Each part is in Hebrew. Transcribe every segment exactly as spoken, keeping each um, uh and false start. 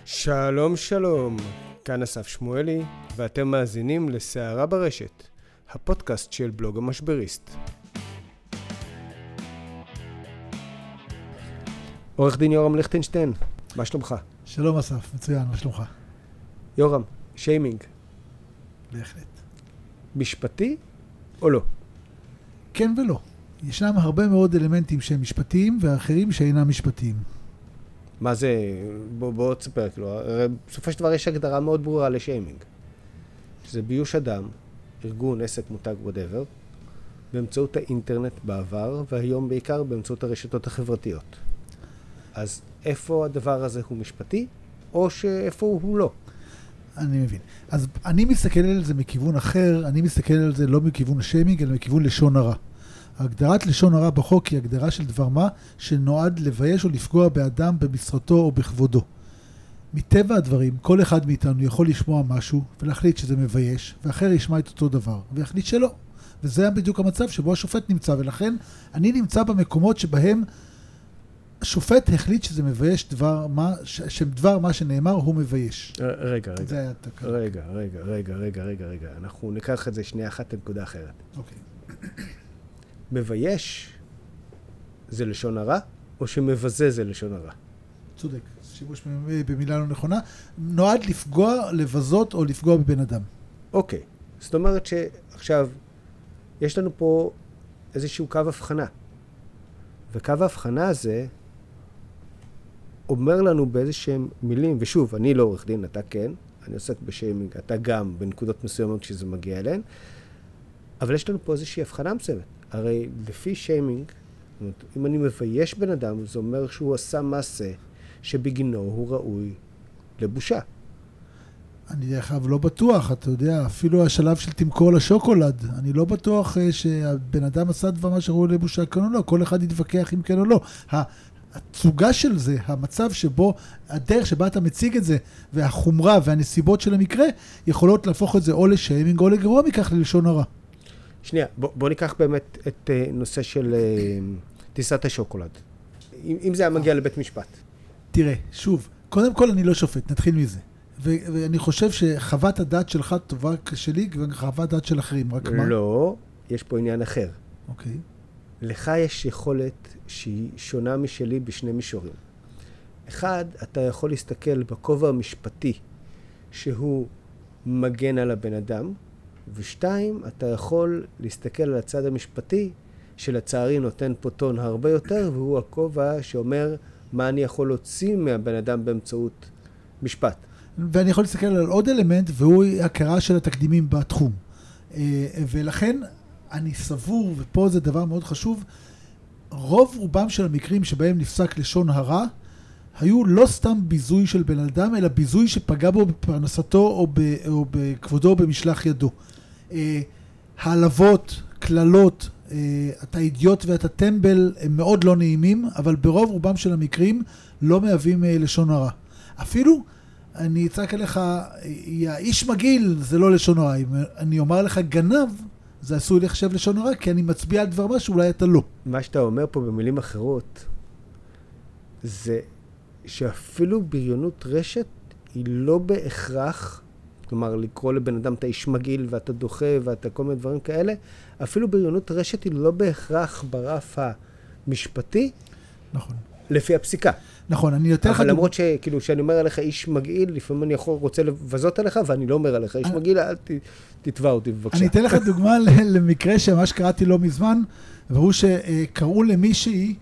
שלום שלום, כאן אסף שמואלי, ואתם מאזינים לסערה ברשת, הפודקאסט של בלוג המשבריסט. עורך דין יורם ליכטנשטיין, מה שלומך? שלום אסף, מצוין, מה שלומך? יורם, שיימינג. בהחלט. משפטי או לא? כן ולא. ישנם הרבה מאוד אלמנטים שהם משפטיים ואחרים שאינם משפטיים. מה זה? בוא, בוא תספר, כאילו, בסופו של דבר יש הגדרה מאוד ברורה לשיימינג. שזה ביוש אדם, ארגון, עסק, מותג, whatever, באמצעות האינטרנט בעבר, והיום בעיקר באמצעות הרשתות החברתיות. אז איפה הדבר הזה הוא משפטי, או שאיפה הוא לא? אני מבין. אז אני מסתכל על זה מכיוון אחר, אני מסתכל על זה לא מכיוון השיימינג, אלא מכיוון לשון הרע. הגדרת לשון הרע בחוק היא הגדרה של דבר מה שנועד לבייש או לפגוע באדם במשרתו או בכבודו. מטבע הדברים, כל אחד מאיתנו יכול לשמוע משהו ולהחליט שזה מבייש, ואחר ישמע את אותו דבר, ויחליט שלא. וזה בדיוק המצב שבו השופט נמצא, ולכן אני נמצא במקומות שבהם השופט החליט שזה מבייש דבר מה, שדבר מה שנאמר הוא מבייש. רגע, רגע. זה היה תקל. רגע, רגע, רגע, רגע, רגע, רגע. אנחנו ניקח את זה שנייה אחת לנקודה אחרת. אוקיי. מבייש זה לשון הרע, או שמבזה זה לשון הרע? צודק. שימוש במילה לא נכונה. נועד לפגוע, לבזות או לפגוע בבן אדם. אוקיי. זאת אומרת שעכשיו יש לנו פה איזשהו קו הבחנה. וקו ההבחנה הזה אומר לנו באיזשהם מילים, ושוב, אני לא עורך דין, אתה כן, אני עוסק בשיימינג, אתה גם בנקודות מסוימות כשזה מגיע אליהן, אבל יש לנו פה איזושהי הבחנה מסוימת. הרי לפי שיימינג, אם אני מבייש בן אדם, זה אומר שהוא עשה מעשה שבגינו הוא ראוי לבושה. אני דרך אגב לא בטוח, אתה יודע, אפילו השלב של תמכור לשוקולד, אני לא בטוח שהבן אדם עשה דבר מה שראוי לבושה כן או לא, כל אחד יתווכח אם כן או לא. התצוגה של זה, המצב שבו, הדרך שבה אתה מציג את זה, והחומרה והנסיבות של המקרה, יכולות להפוך את זה או לשיימינג או לגרוע מכך ללשון הרע. שנייה, בוא, בוא ניקח באמת את uh, נושא של uh, טיסת השוקולד. אם, אם זה היה מגיע לבית משפט. תראה, שוב, קודם כל אני לא שופט, נתחיל מזה. ו- ואני חושב שחוות הדעת שלך טובה שלי, וחוות הדעת של אחרים, רק מה? לא, יש פה עניין אחר. אוקיי. לך יש יכולת שהיא שונה משלי בשני מישורים. אחד, אתה יכול להסתכל בכובע המשפטי שהוא מגן על הבן אדם, ושתיים, אתה יכול להסתכל על הצד המשפטי שלצערי נותן פה טון הרבה יותר, והוא הכובע שאומר מה אני יכול להוציא מהבן אדם באמצעות משפט. ואני יכול להסתכל על עוד אלמנט, והוא הכרה של התקדימים בתחום. ולכן אני סבור, ופה זה דבר מאוד חשוב, רוב רובם של המקרים שבהם נפסק לשון הרע, היו לא סתם ביזוי של בן אדם, אלא ביזוי שפגע בו בפרנסתו או, ב, או בכבודו או במשלח ידו. העלבות, כללות, אתה אידיוט ואתה טמבל, הם מאוד לא נעימים, אבל ברוב רובם של המקרים לא מהווים לשון הרע. אפילו, אני אצעק עליך, איש מגעיל זה לא לשון הרע. אני אומר לך גנב, זה עשוי לחשב לשון הרע, כי אני מצביע על דבר מה שאולי אתה לא. מה שאתה אומר פה במילים אחרות, זה שאפילו בריונות רשת היא לא בהכרח, כלומר לקרוא לבן אדם אתה איש מגעיל ואתה דוחה ואתה כל מיני דברים כאלה, אפילו בריונות רשת היא לא בהכרח ברף המשפטי, נכון. לפי הפסיקה. נכון, אני יותר... אבל למרות שכאילו שאני אומר עליך איש מגעיל, לפעמים אני יכול, רוצה לבזות עליך ואני לא אומר עליך איש מגעיל, אל תתבע אותי בבקשה. אני אתן לך דוגמה למקרה שמה שקראתי לא מזמן, והוא שקראו למישהי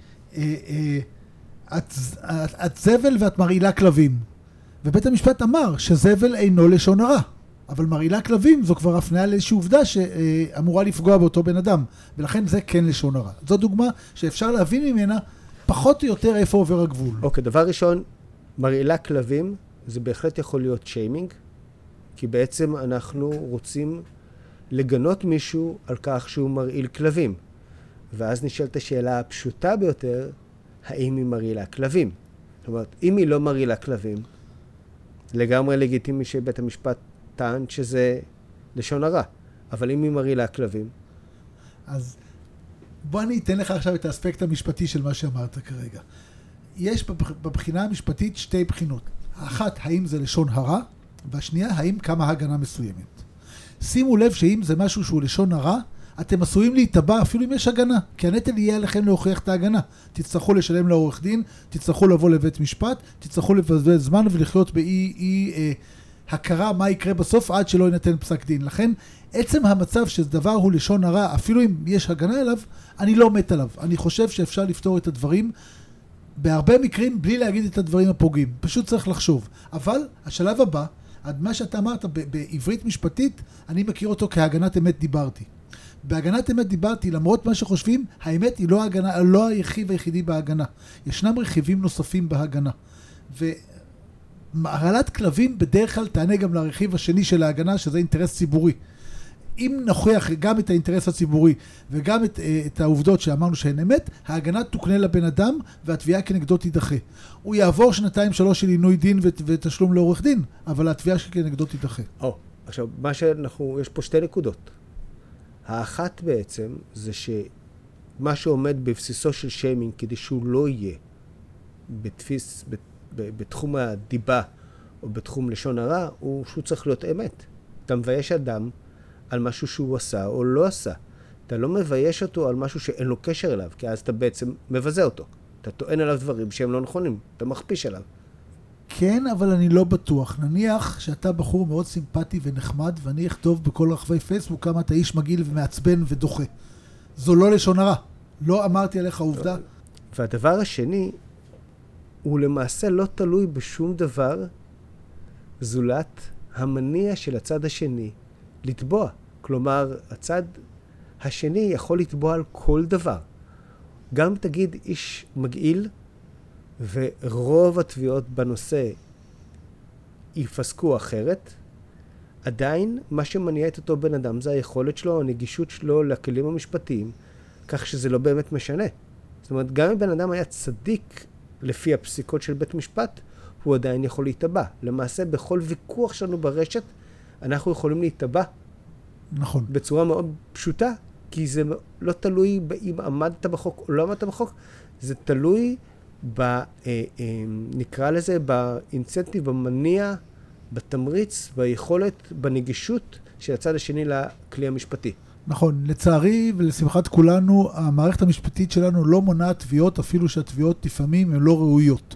את זבל ואת מרעילה כלבים. ובית המשפט אמר שזבל אינו לשון הרע. אבל מרעילה כלבים זו כבר הפניה לאיזושהי עובדה שאמורה לפגוע באותו בן אדם. ולכן זה כן לשון הרע. זו דוגמה שאפשר להבין ממנה פחות או יותר איפה עובר הגבול. אוקיי, דבר ראשון, מרעילה כלבים זה בהחלט יכול להיות שיימינג, כי בעצם אנחנו רוצים לגנות מישהו על כך שהוא מרעיל כלבים. ואז נשאלת השאלה הפשוטה ביותר, האם היא מרעילה כלבים? זאת אומרת, אם היא לא מרעילה כלבים, לגמרי לגיטימי שבית המשפט טען שזה לשון הרע. אבל אם היא מרעילה כלבים... אז בוא אני אתן לך עכשיו את האספקט המשפטי של מה שאמרת כרגע. יש בבחינה המשפטית שתי בחינות. האחת, האם זה לשון הרע, והשנייה, האם כמה הגנה מסוימת. שימו לב שאם זה משהו שהוא לשון הרע, אתם עשויים להתאבע אפילו אם יש הגנה, כי הנטל יהיה עליכם להוכיח את ההגנה. תצטרכו לשלם לעורך דין, תצטרכו לבוא לבית משפט, תצטרכו לבזבז זמן ולחיות באי אי, אה, הכרה מה יקרה בסוף עד שלא ינתן פסק דין. לכן, עצם המצב שדבר הוא לשון הרע, אפילו אם יש הגנה אליו, אני לא מת עליו. אני חושב שאפשר לפתור את הדברים בהרבה מקרים בלי להגיד את הדברים הפוגעים. פשוט צריך לחשוב. אבל השלב הבא, עד מה שאתה אמרת בעברית משפטית, אני מכיר אותו כהגנת אמת דיברתי. בהגנת אמת דיברתי, למרות מה שחושבים, האמת היא לא, ההגנה, לא היחיד היחידי בהגנה. ישנם רכיבים נוספים בהגנה. ומערלת כלבים בדרך כלל תענה גם לרכיב השני של ההגנה, שזה אינטרס ציבורי. אם נוכיח גם את האינטרס הציבורי וגם את, את העובדות שאמרנו שהן אמת, ההגנה תוקנה לבן אדם והתביעה כנגדו תידחה. הוא יעבור שנתיים שלוש של עינוי דין ותשלום לעורך דין, אבל התביעה שכנגדו תידחה. או, עכשיו, מה שאנחנו, יש פה שתי נקודות. האחת בעצם זה שמה שעומד בבסיסו של שיימינג כדי שהוא לא יהיה בתפיס, בתחום הדיבה או בתחום לשון הרע, הוא שהוא צריך להיות אמת. אתה מבייש אדם על משהו שהוא עשה או לא עשה. אתה לא מבייש אותו על משהו שאין לו קשר אליו, כי אז אתה בעצם מבזה אותו. אתה טוען עליו דברים שהם לא נכונים, אתה מכפיש עליו. כן, אבל אני לא בטוח. נניח שאתה בחור מאוד סימפטי ונחמד, ואני אכתוב בכל רחבי פייסבוק כמה אתה איש מגעיל ומעצבן ודוחה. זו לא לשון הרע. לא אמרתי עליך עובדה. והדבר השני, הוא למעשה לא תלוי בשום דבר זולת המניע של הצד השני לתבוע. כלומר, הצד השני יכול לתבוע על כל דבר. גם תגיד איש מגעיל, ורוב התביעות בנושא יפסקו אחרת, עדיין מה שמניע את אותו בן אדם זה היכולת שלו, הנגישות שלו לכלים המשפטיים, כך שזה לא באמת משנה. זאת אומרת, גם אם בן אדם היה צדיק לפי הפסיקות של בית משפט, הוא עדיין יכול להתאבע. למעשה, בכל ויכוח שלנו ברשת, אנחנו יכולים להתאבע. נכון. בצורה מאוד פשוטה, כי זה לא תלוי אם עמדת בחוק או לא עמדת בחוק, זה תלוי ב, נקרא לזה, באינסנטיב, במניע, בתמריץ, ביכולת, בנגישות של הצד השני לכלי המשפטי. נכון, לצערי ולשמחת כולנו, המערכת המשפטית שלנו לא מונעת תביעות, אפילו שהתביעות לפעמים הן לא ראויות.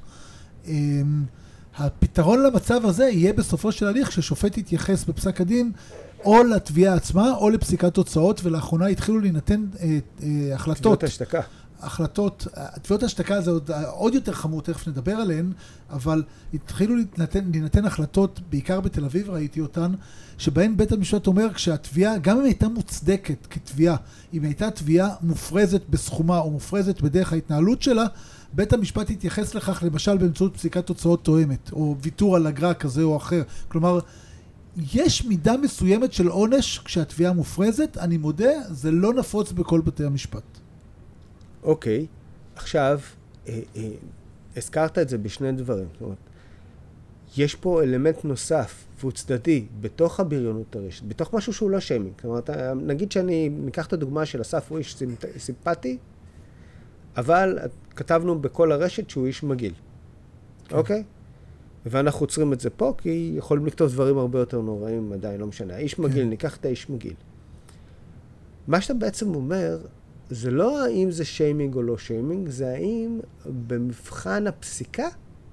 הפתרון למצב הזה יהיה בסופו של הליך ששופט יתייחס בפסק הדין או לתביעה עצמה או לפסיקת תוצאות, ולאחרונה התחילו להינתן אה, אה, החלטות. תביעות השתקה. החלטות, תביעות השתקה זה עוד, עוד יותר חמור, תכף נדבר עליהן, אבל התחילו להינתן, להינתן החלטות, בעיקר בתל אביב ראיתי אותן, שבהן בית המשפט אומר כשהתביעה, גם אם הייתה מוצדקת כתביעה, אם הייתה תביעה מופרזת בסכומה או מופרזת בדרך ההתנהלות שלה, בית המשפט יתייחס לכך למשל באמצעות פסיקת תוצאות תואמת, או ויתור על אגרה כזה או אחר. כלומר, יש מידה מסוימת של עונש כשהתביעה מופרזת, אני מודה, זה לא נפוץ בכל בתי המשפט. אוקיי, עכשיו, אה, אה, הזכרת את זה בשני דברים. זאת אומרת, יש פה אלמנט נוסף, והוא צדדי, בתוך הבריונות הרשת, בתוך משהו שהוא לא שיימינג. זאת אומרת, נגיד שאני, ניקח את הדוגמה של אסף, הוא איש סימפטי, אבל כתבנו בכל הרשת שהוא איש מגעיל. כן. אוקיי? ואנחנו עוצרים את זה פה, כי יכולים לכתוב דברים הרבה יותר נוראים, עדיין לא משנה. האיש מגעיל, כן. ניקח את האיש מגעיל. מה שאתה בעצם אומר, זה לא האם זה שיימינג או לא שיימינג, זה האם במבחן הפסיקה,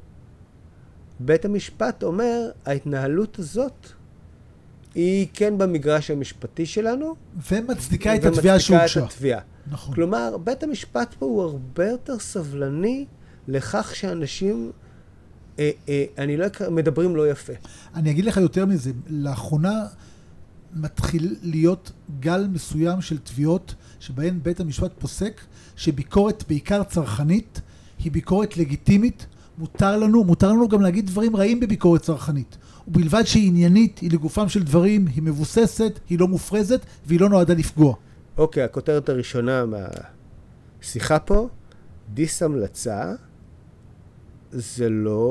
בית המשפט אומר, ההתנהלות הזאת היא כן במגרש המשפטי שלנו. ומצדיקה את התביעה שהוגשה. ומצדיקה את התביעה. נכון. כלומר, בית המשפט פה הוא הרבה יותר סבלני לכך שאנשים, אה, אה, אני לא אקרא, מדברים לא יפה. אני אגיד לך יותר מזה, לאחרונה מתחיל להיות גל מסוים של תביעות, שבהן בית המשפט פוסק שביקורת בעיקר צרכנית היא ביקורת לגיטימית. מותר לנו, מותר לנו גם להגיד דברים רעים בביקורת צרכנית. ובלבד שהיא עניינית, היא לגופם של דברים, היא מבוססת, היא לא מופרזת והיא לא נועדה לפגוע. אוקיי, הכותרת הראשונה מהשיחה פה, דיס המלצה, זה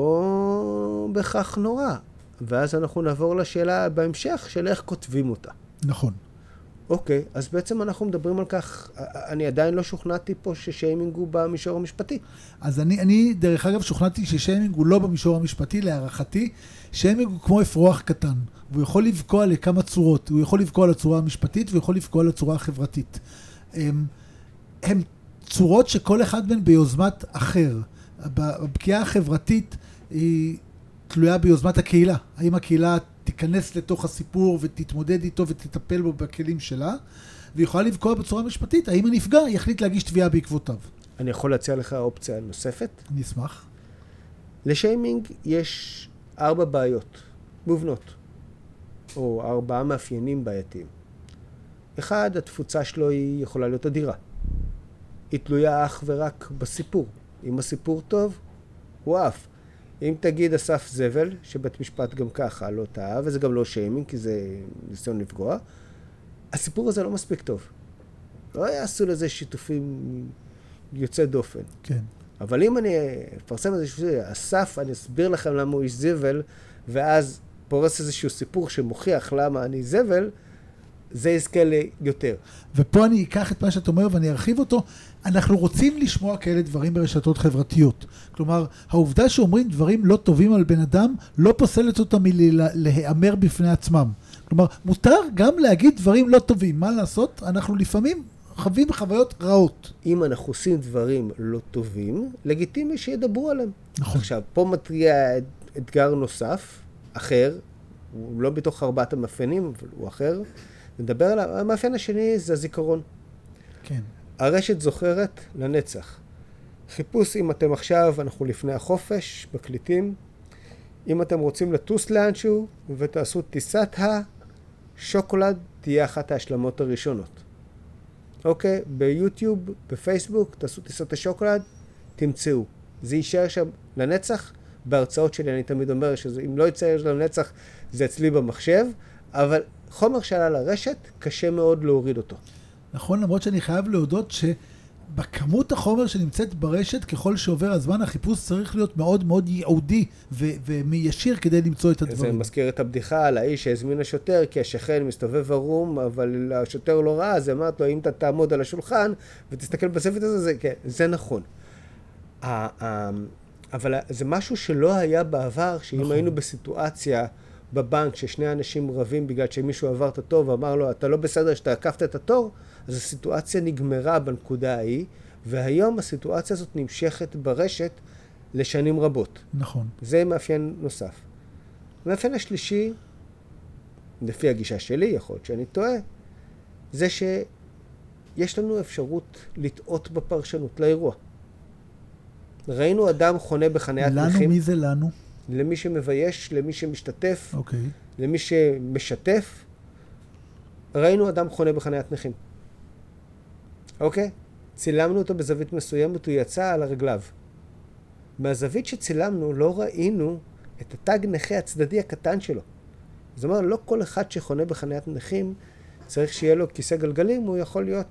לא בכך נורא. ואז אנחנו נעבור לשאלה בהמשך של איך כותבים אותה. נכון. אוקיי, אז בעצם אנחנו מדברים על כך, אני עדיין לא שוכנעתי פה ששיימינג הוא במישור המשפטי. אז אני, אני דרך אגב שוכנעתי ששיימינג הוא לא במישור המשפטי, להערכתי, שיימינג הוא כמו אפרוח קטן, והוא יכול לפגוע לכמה צורות, הוא יכול לפגוע לצורה המשפטית, והוא יכול לפגוע לצורה החברתית. הם, הם צורות שכל אחד בין ביוזמת אחר. הפגיעה החברתית היא תלויה ביוזמת הקהילה. האם הקהילה תיכנס לתוך הסיפור ותתמודד איתו ותטפל בו בכלים שלה, והיא יכולה לפגוע בצורה משפטית. האם הנפגע יחליט להגיש תביעה בעקבותיו? אני יכול להציע לך אופציה נוספת? אני אשמח. לשיימינג יש ארבע בעיות מובנות, או ארבעה מאפיינים בעייתיים. אחד, התפוצה שלו היא יכולה להיות אדירה. היא תלויה אך ורק בסיפור. אם הסיפור טוב, הוא עף. אם תגיד אסף זבל, שבית משפט גם ככה לא טעה, וזה גם לא שיימינג, כי זה ניסיון לפגוע, הסיפור הזה לא מספיק טוב. לא יעשו לזה שיתופים יוצא דופן. כן. אבל אם אני אפרסם איזשהו אסף, אני אסביר לכם למה הוא איש זבל, ואז פורס איזשהו סיפור שמוכיח למה אני זבל, זה יזכה לי יותר. ופה אני אקח את מה שאת אומר ואני ארחיב אותו. אנחנו רוצים לשמוע כאלה דברים ברשתות חברתיות. כלומר, העובדה שאומרים דברים לא טובים על בן אדם, לא פוסלת אותם מלהיאמר בפני עצמם. כלומר, מותר גם להגיד דברים לא טובים. מה לעשות? אנחנו לפעמים חווים חוויות רעות. אם אנחנו עושים דברים לא טובים, לגיטימי שידברו עליהם. נכון. עכשיו, פה מטריע אתגר נוסף, אחר, הוא לא בתוך ארבעת המאפיינים, אבל הוא אחר. נדבר עליו. המאפיין השני זה הזיכרון. כן. הרשת זוכרת לנצח. חיפוש, אם אתם עכשיו, אנחנו לפני החופש, מקליטים. אם אתם רוצים לטוס לאנשהו ותעשו טיסת השוקולד, תהיה אחת ההשלמות הראשונות. אוקיי? ביוטיוב, בפייסבוק, תעשו טיסת השוקולד, תמצאו. זה יישאר שם לנצח. בהרצאות שלי אני תמיד אומר שאם לא יצא לנצח, זה אצלי במחשב, אבל חומר שעלה לרשת, קשה מאוד להוריד אותו. נכון, למרות שאני חייב להודות שבכמות החומר שנמצאת ברשת, ככל שעובר הזמן, החיפוש צריך להיות מאוד מאוד ייעודי ו- ומיישיר כדי למצוא את הדברים. זה מזכיר את הבדיחה על האיש שהזמין השוטר, כי השכן מסתובב ערום, אבל השוטר לא ראה, אז אמרת לו, אם אתה תעמוד על השולחן ותסתכל בספת הזה, זה, כן, זה נכון. אבל זה משהו שלא היה בעבר, שאם נכון. היינו בסיטואציה בבנק ששני אנשים רבים בגלל שמישהו עבר את התור ואמר לו, אתה לא בסדר שאתה עקפת את התור, אז הסיטואציה נגמרה בנקודה ההיא, והיום הסיטואציה הזאת נמשכת ברשת לשנים רבות. נכון. זה מאפיין נוסף. המאפיין השלישי, לפי הגישה שלי, יכול להיות שאני טועה, זה שיש לנו אפשרות לטעות בפרשנות לאירוע. ראינו אדם חונה בחניית לנו, נכים. מי זה לנו? למי שמבייש, למי שמשתתף, אוקיי. למי שמשתף. ראינו אדם חונה בחניית נכים. אוקיי? צילמנו אותו בזווית מסוימת, הוא יצא על הרגליו. מהזווית שצילמנו לא ראינו את התג נכה הצדדי הקטן שלו. זאת אומרת, לא כל אחד שחונה בחניית נכים צריך שיהיה לו כיסא גלגלים, הוא יכול להיות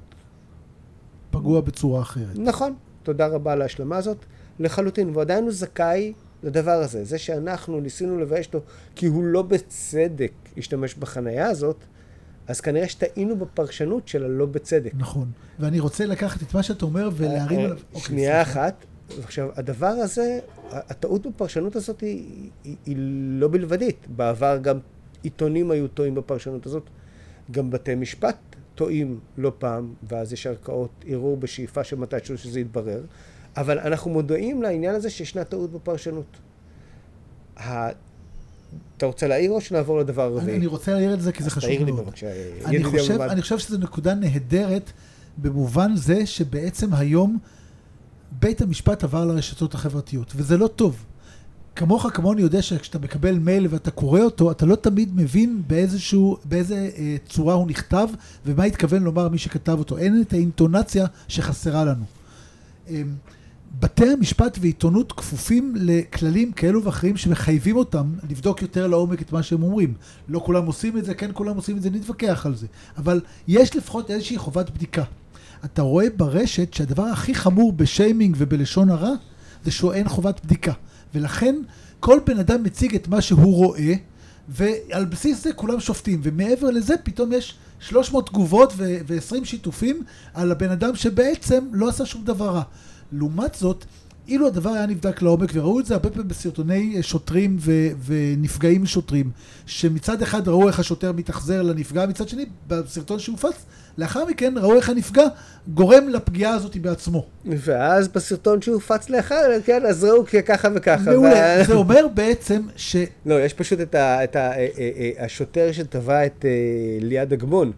פגוע בצורה אחרת. נכון, תודה רבה על ההשלמה הזאת. לחלוטין, ועדיין הוא זכאי לדבר הזה. זה שאנחנו ניסינו לבייש אותו כי הוא לא בצדק השתמש בחנייה הזאת, אז כנראה שטעינו בפרשנות של הלא בצדק. נכון. ואני רוצה לקחת את מה שאתה אומר ולהרים עליו. שנייה אחת. עכשיו, הדבר הזה, הטעות בפרשנות הזאת היא, היא, היא לא בלבדית. בעבר גם עיתונים היו טועים בפרשנות הזאת. גם בתי משפט טועים לא פעם, ואז יש ערכאות ערעור בשאיפה שמתישהו שזה יתברר. אבל אנחנו מודעים לעניין הזה שישנה טעות בפרשנות. ה... אתה רוצה להעיר או שנעבור לדבר הרביעי? אני רוצה להעיר את זה כי זה חשוב מאוד. תעיר לי בבקשה. אני חושב, אני חושב שזו נקודה נהדרת במובן זה שבעצם היום בית המשפט עבר לרשתות החברתיות, וזה לא טוב. כמוך כמוני יודע שכשאתה מקבל מייל ואתה קורא אותו, אתה לא תמיד מבין באיזשהו, באיזה אה, צורה הוא נכתב ומה התכוון לומר מי שכתב אותו. אין את האינטונציה שחסרה לנו. אה, בתי המשפט ועיתונות כפופים לכללים כאלו ואחרים שמחייבים אותם לבדוק יותר לעומק את מה שהם אומרים. לא כולם עושים את זה, כן כולם עושים את זה, נתווכח על זה. אבל יש לפחות איזושהי חובת בדיקה. אתה רואה ברשת שהדבר הכי חמור בשיימינג ובלשון הרע, זה שהוא אין חובת בדיקה. ולכן כל בן אדם מציג את מה שהוא רואה, ועל בסיס זה כולם שופטים. ומעבר לזה פתאום יש שלוש מאות תגובות ו-עשרים שיתופים על הבן אדם שבעצם לא עשה שום דבר רע. לעומת זאת, אילו הדבר היה נבדק לעומק, וראו את זה הרבה פעמים בסרטוני שוטרים ו- ונפגעים שוטרים, שמצד אחד ראו איך השוטר מתאכזר לנפגע, מצד שני, בסרטון שהופץ, לאחר מכן ראו איך הנפגע גורם לפגיעה הזאת בעצמו. ואז בסרטון שהופץ לאחר, כן, אז ראו ככה וככה. מעולה, זה אומר בעצם ש... לא, יש פשוט את ה- את ה- השוטר שטבע את ליעד אגמון.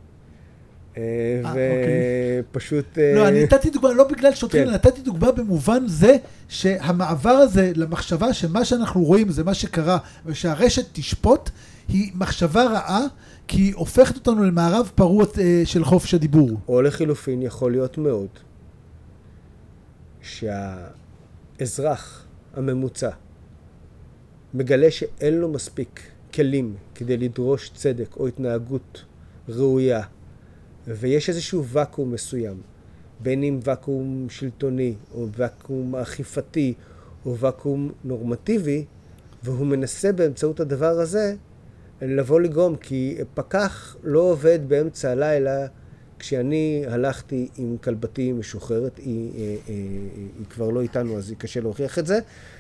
ופשוט... לא, אני נתתי דוגמה, לא בגלל שוטרים, נתתי דוגמה במובן זה שהמעבר הזה למחשבה שמה שאנחנו רואים זה מה שקרה, ושהרשת תשפוט, היא מחשבה רעה, כי היא הופכת אותנו למערב פרוע של חופש הדיבור. או לחילופין יכול להיות מאוד שהאזרח הממוצע מגלה שאין לו מספיק כלים כדי לדרוש צדק או התנהגות ראויה, ויש איזשהו ואקום מסוים, בין אם ואקום שלטוני, או ואקום אכיפתי, או ואקום נורמטיבי, והוא מנסה באמצעות הדבר הזה לבוא לגרום, כי פקח לא עובד באמצע הלילה. כשאני הלכתי עם כלבתי משוחררת, היא, היא, היא, היא כבר לא איתנו, אז היא קשה להוכיח את זה,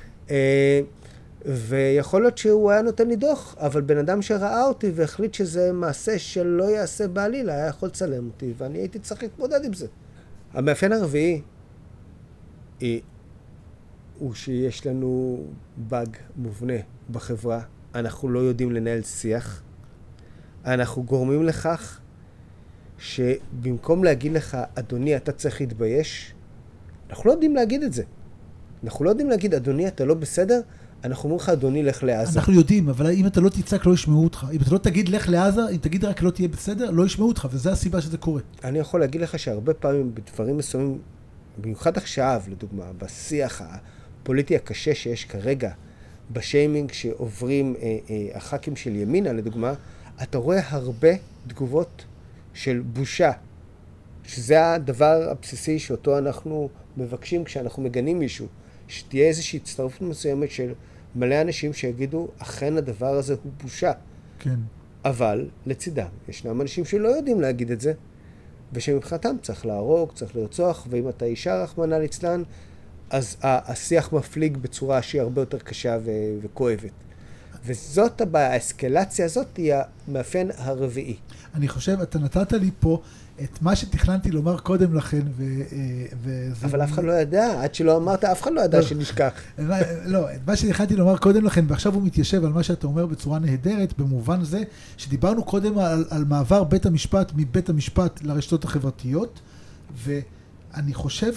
ויכול להיות שהוא היה נותן לי דוח, אבל בן אדם שראה אותי והחליט שזה מעשה שלא יעשה בעליל, היה יכול לצלם אותי, ואני הייתי צריך להתמודד עם זה. המאפיין הרביעי היא, הוא שיש לנו באג מובנה בחברה. אנחנו לא יודעים לנהל שיח. אנחנו גורמים לכך שבמקום להגיד לך, אדוני, אתה צריך להתבייש, אנחנו לא יודעים להגיד את זה. אנחנו לא יודעים להגיד, אדוני, אתה לא בסדר, אנחנו אומרים לך, אדוני, לך לעזה. אנחנו יודעים, אבל אם אתה לא תצעק, לא ישמעו אותך. אם אתה לא תגיד, לך לעזה, אם תגיד רק לא תהיה בסדר, לא ישמעו אותך, וזו הסיבה שזה קורה. אני יכול להגיד לך שהרבה פעמים, בדברים מסוימים, במיוחד עכשיו, לדוגמה, בשיח הפוליטי הקשה שיש כרגע, בשיימינג שעוברים אה, אה, הח"כים של ימינה, לדוגמה, אתה רואה הרבה תגובות של בושה, שזה הדבר הבסיסי שאותו אנחנו מבקשים כשאנחנו מגנים מישהו, שתהיה איזושהי הצטרפות מסוימת של מלא אנשים שיגידו, אכן הדבר הזה הוא בושה. כן. אבל לצידם, ישנם אנשים שלא יודעים להגיד את זה, ושמבחינתם צריך להרוג, צריך לרצוח, ואם אתה אישה רחמנא ליצלן, אז השיח מפליג בצורה שהיא הרבה יותר קשה ו- וכואבת. וזאת הבעיה, האסקלציה הזאת היא המאפיין הרביעי. אני חושב, אתה נתת לי פה את מה שתכננתי לומר קודם לכן, ו... וזה... אבל אף אחד לא ידע, עד שלא אמרת, אף אחד לא ידע שנשכח. לא, את מה שתכננתי לומר קודם לכן, ועכשיו הוא מתיישב על מה שאתה אומר בצורה נהדרת, במובן זה שדיברנו קודם על, על מעבר בית המשפט מבית המשפט לרשתות החברתיות, ואני חושב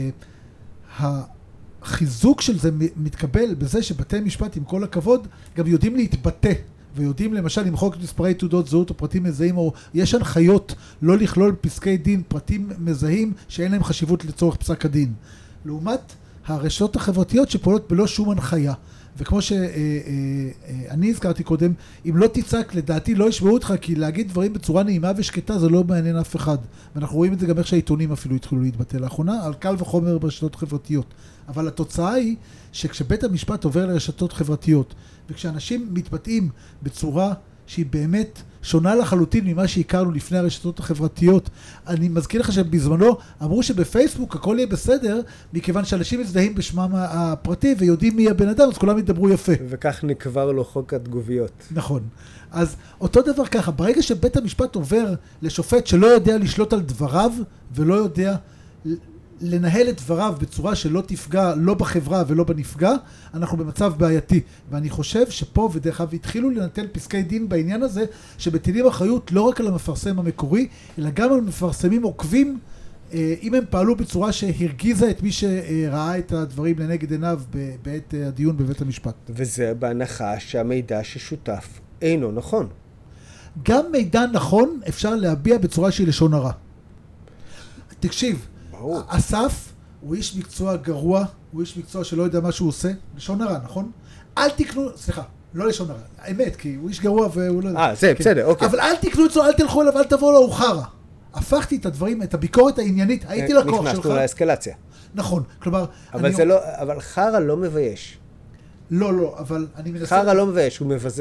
שהחיזוק של זה מתקבל בזה שבתי משפט, עם כל הכבוד, גם יודעים להתבטא. ויודעים למשל למחוק מספרי תעודות זהות או פרטים מזהים, או יש הנחיות לא לכלול פסקי דין, פרטים מזהים שאין להם חשיבות לצורך פסק הדין. לעומת הרשתות החברתיות שפועלות בלא שום הנחיה. וכמו שאני הזכרתי קודם, אם לא תצעק, לדעתי לא ישמעו אותך, כי להגיד דברים בצורה נעימה ושקטה זה לא מעניין אף אחד. ואנחנו רואים את זה גם איך שהעיתונים אפילו התחילו להתבטא לאחרונה, על קל וחומר ברשתות חברתיות. אבל התוצאה היא שכשבית המשפט עובר לרשתות חברתיות, וכשאנשים מתבטאים בצורה שהיא באמת שונה לחלוטין ממה שהכרנו לפני הרשתות החברתיות, אני מזכיר לך שבזמנו אמרו שבפייסבוק הכל יהיה בסדר, מכיוון שאנשים מזדהים בשמם הפרטי ויודעים מי הבן אדם, אז כולם ידברו יפה. וכך נקבר לו חוק התגוביות. נכון. אז אותו דבר ככה, ברגע שבית המשפט עובר לשופט שלא יודע לשלוט על דבריו, ולא יודע לנהל את דבריו בצורה שלא תפגע לא בחברה ולא בנפגע, אנחנו במצב בעייתי. ואני חושב שפה ודרך אגב התחילו לנטל פסקי דין בעניין הזה, שבטילים אחריות לא רק על המפרסם המקורי, אלא גם על מפרסמים עוקבים, אם הם פעלו בצורה שהרגיזה את מי שראה את הדברים לנגד עיניו בעת הדיון בבית המשפט. וזה בהנחה שהמידע ששותף אינו נכון. גם מידע נכון אפשר להביע בצורה שהיא לשון הרע. תקשיב, אסף הוא איש מקצוע גרוע, הוא איש מקצוע שלא יודע מה שהוא עושה, לשון הרע, נכון? אל תקנו, סליחה, לא לשון הרע, האמת, כי הוא איש גרוע והוא לא... אה, זה, בסדר, אוקיי. אבל אל תקנו אצלו, אל תלכו אליו, אל תבואו לו, הוא חרא. הפכתי את הדברים, את הביקורת העניינית, הייתי לקוח שלך. נכנסנו לאסקלציה. נכון, כלומר... אבל זה לא, אבל חרא לא מבייש. לא, לא, אבל אני מנסה... חרא לא מבייש, הוא מבזה.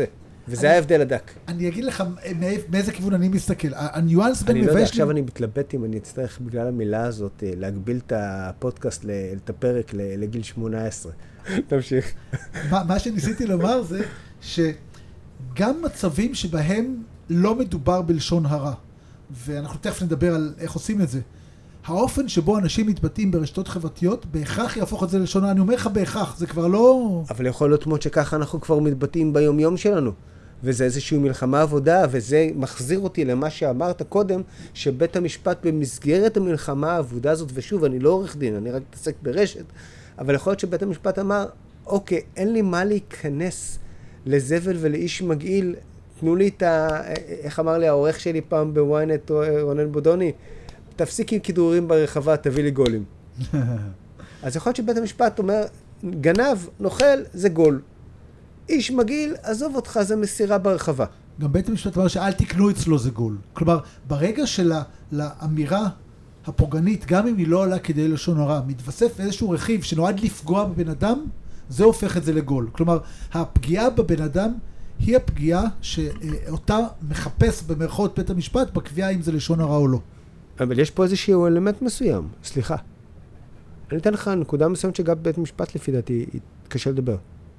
וזה ההבדל הדק. אני אגיד לך מאיזה כיוון אני מסתכל. הניואנס בין אני לא יודע, מבייש... עכשיו אני מתלבט אם אני אצטרך בגלל המילה הזאת להגביל את הפודקאסט, את הפרק לגיל שמונה עשרה. תמשיך. מה שניסיתי לומר זה שגם מצבים שבהם לא מדובר בלשון הרע, ואנחנו תכף נדבר על איך עושים את זה, האופן שבו אנשים מתבטאים ברשתות חברתיות, בהכרח יהפוך את זה ללשון הרע. אני אומר לך בהכרח, זה כבר לא... אבל יכול להיות מאוד שככה אנחנו כבר מתבטאים ביום יום שלנו. וזה איזושהי מלחמה עבודה, וזה מחזיר אותי למה שאמרת קודם, שבית המשפט במסגרת המלחמה העבודה הזאת, ושוב, אני לא עורך דין, אני רק מתעסק ברשת, אבל יכול להיות שבית המשפט אמר, אוקיי, אין לי מה להיכנס לזבל ולאיש מגעיל, תנו לי את ה... איך אמר לי העורך שלי פעם בוויינט, רונן בודוני, תפסיק עם כידורים ברחבה, תביא לי גולים. אז יכול להיות שבית המשפט אומר, גנב, נוכל, זה גול. איש מגעיל, עזוב אותך, זה מסירה ברחבה. גם בית המשפט אמר שאל תקנו אצלו זה גול. כלומר, ברגע שלאמירה הפוגענית, גם אם היא לא עולה כדי לשון הרע, מתווסף איזשהו רכיב שנועד לפגוע בבן אדם, זה הופך את זה לגול. כלומר, הפגיעה בבן אדם היא הפגיעה שאותה מחפש במרכאות בית המשפט, בקביעה אם זה לשון הרע או לא. אבל יש פה איזשהו אלמנט מסוים, סליחה. אני אתן לך נקודה מסוימת שגם בית משפט לפי דעתי קשה לדבר.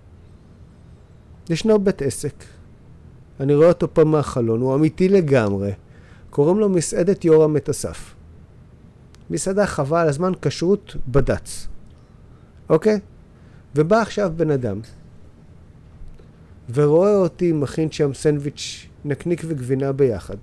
ישנו בית עסק, אני רואה אותו פה מהחלון, הוא אמיתי לגמרי, קוראים לו מסעדת יורם את אסף. מסעדה חבל הזמן כשרות בדץ, אוקיי? ובא עכשיו בן אדם, ורואה אותי מכין שם סנדוויץ' נקניק וגבינה ביחד,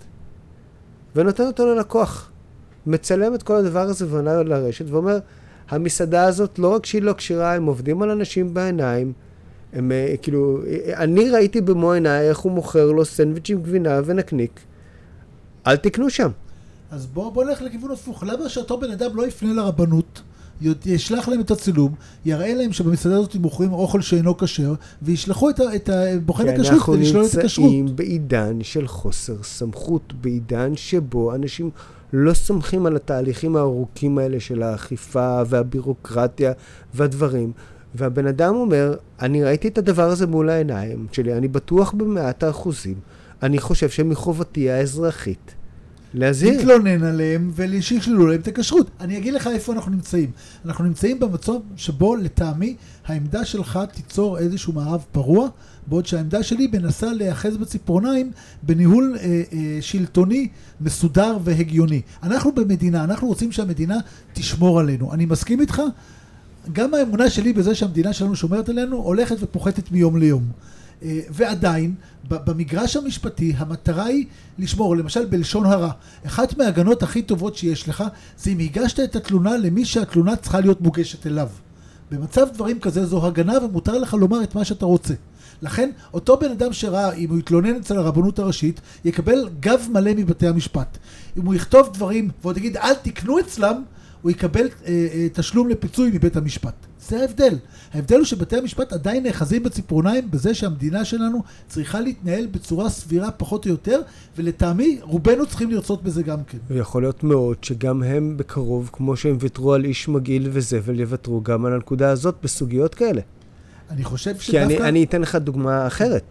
ונותן אותו ללקוח, מצלם את כל הדבר הזה ועונה לרשת, ואומר, המסעדה הזאת לא רק שהיא לא קשירה, הם עובדים על אנשים בעיניים, הם כאילו, אני ראיתי במו עיניי איך הוא מוכר לו סנדוויץ' עם גבינה ונקניק, אל תקנו שם. אז בוא, בוא נלך לכיוון הפוך, למה שאותו בן אדם לא יפנה לרבנות, ישלח להם את הצילום, יראה להם שבמסעדה הזאת מוכרים אוכל שאינו כשר, וישלחו את, את בוחן הכשרות ולשלול את הכשרות. כי אנחנו נמצאים בעידן של חוסר סמכות, בעידן שבו אנשים לא סומכים על התהליכים הארוכים האלה של האכיפה והבירוקרטיה והדברים, והבן אדם אומר, אני ראיתי את הדבר הזה מול העיניים שלי, אני בטוח במאת האחוזים, אני חושב שמחובתי האזרחית להזהיר. להתלונן עליהם ולשללו להם את הכשרות. אני אגיד לך איפה אנחנו נמצאים. אנחנו נמצאים במצב שבו לטעמי העמדה שלך תיצור איזשהו מאהב פרוע, בעוד שהעמדה שלי מנסה להיאחז בציפורניים בניהול אה, אה, שלטוני מסודר והגיוני. אנחנו במדינה, אנחנו רוצים שהמדינה תשמור עלינו. אני מסכים איתך? גם האמונה שלי בזה שהמדינה שלנו שומרת עלינו הולכת ופוחתת מיום ליום. ועדיין, במגרש המשפטי, המטרה היא לשמור, למשל בלשון הרע. אחת מההגנות הכי טובות שיש לך, זה אם הגשת את התלונה למי שהתלונה צריכה להיות מוגשת אליו. במצב דברים כזה זו הגנה ומותר לך לומר את מה שאתה רוצה. לכן, אותו בן אדם שראה, אם הוא יתלונן אצל הרבנות הראשית, יקבל גב מלא מבתי המשפט. אם הוא יכתוב דברים ועוד יגיד, אל תקנו אצלם, הוא יקבל אה, אה, תשלום לפיצוי מבית המשפט. זה ההבדל. ההבדל הוא שבתי המשפט עדיין נאחזים בציפורניים בזה שהמדינה שלנו צריכה להתנהל בצורה סבירה פחות או יותר, ולטעמי רובנו צריכים לרצות בזה גם כן. ויכול להיות מאוד שגם הם בקרוב, כמו שהם ויתרו על איש מגעיל וזבל, יוותרו גם על הנקודה הזאת בסוגיות כאלה. אני חושב שדווקא... כי אני, אני אתן לך דוגמה אחרת.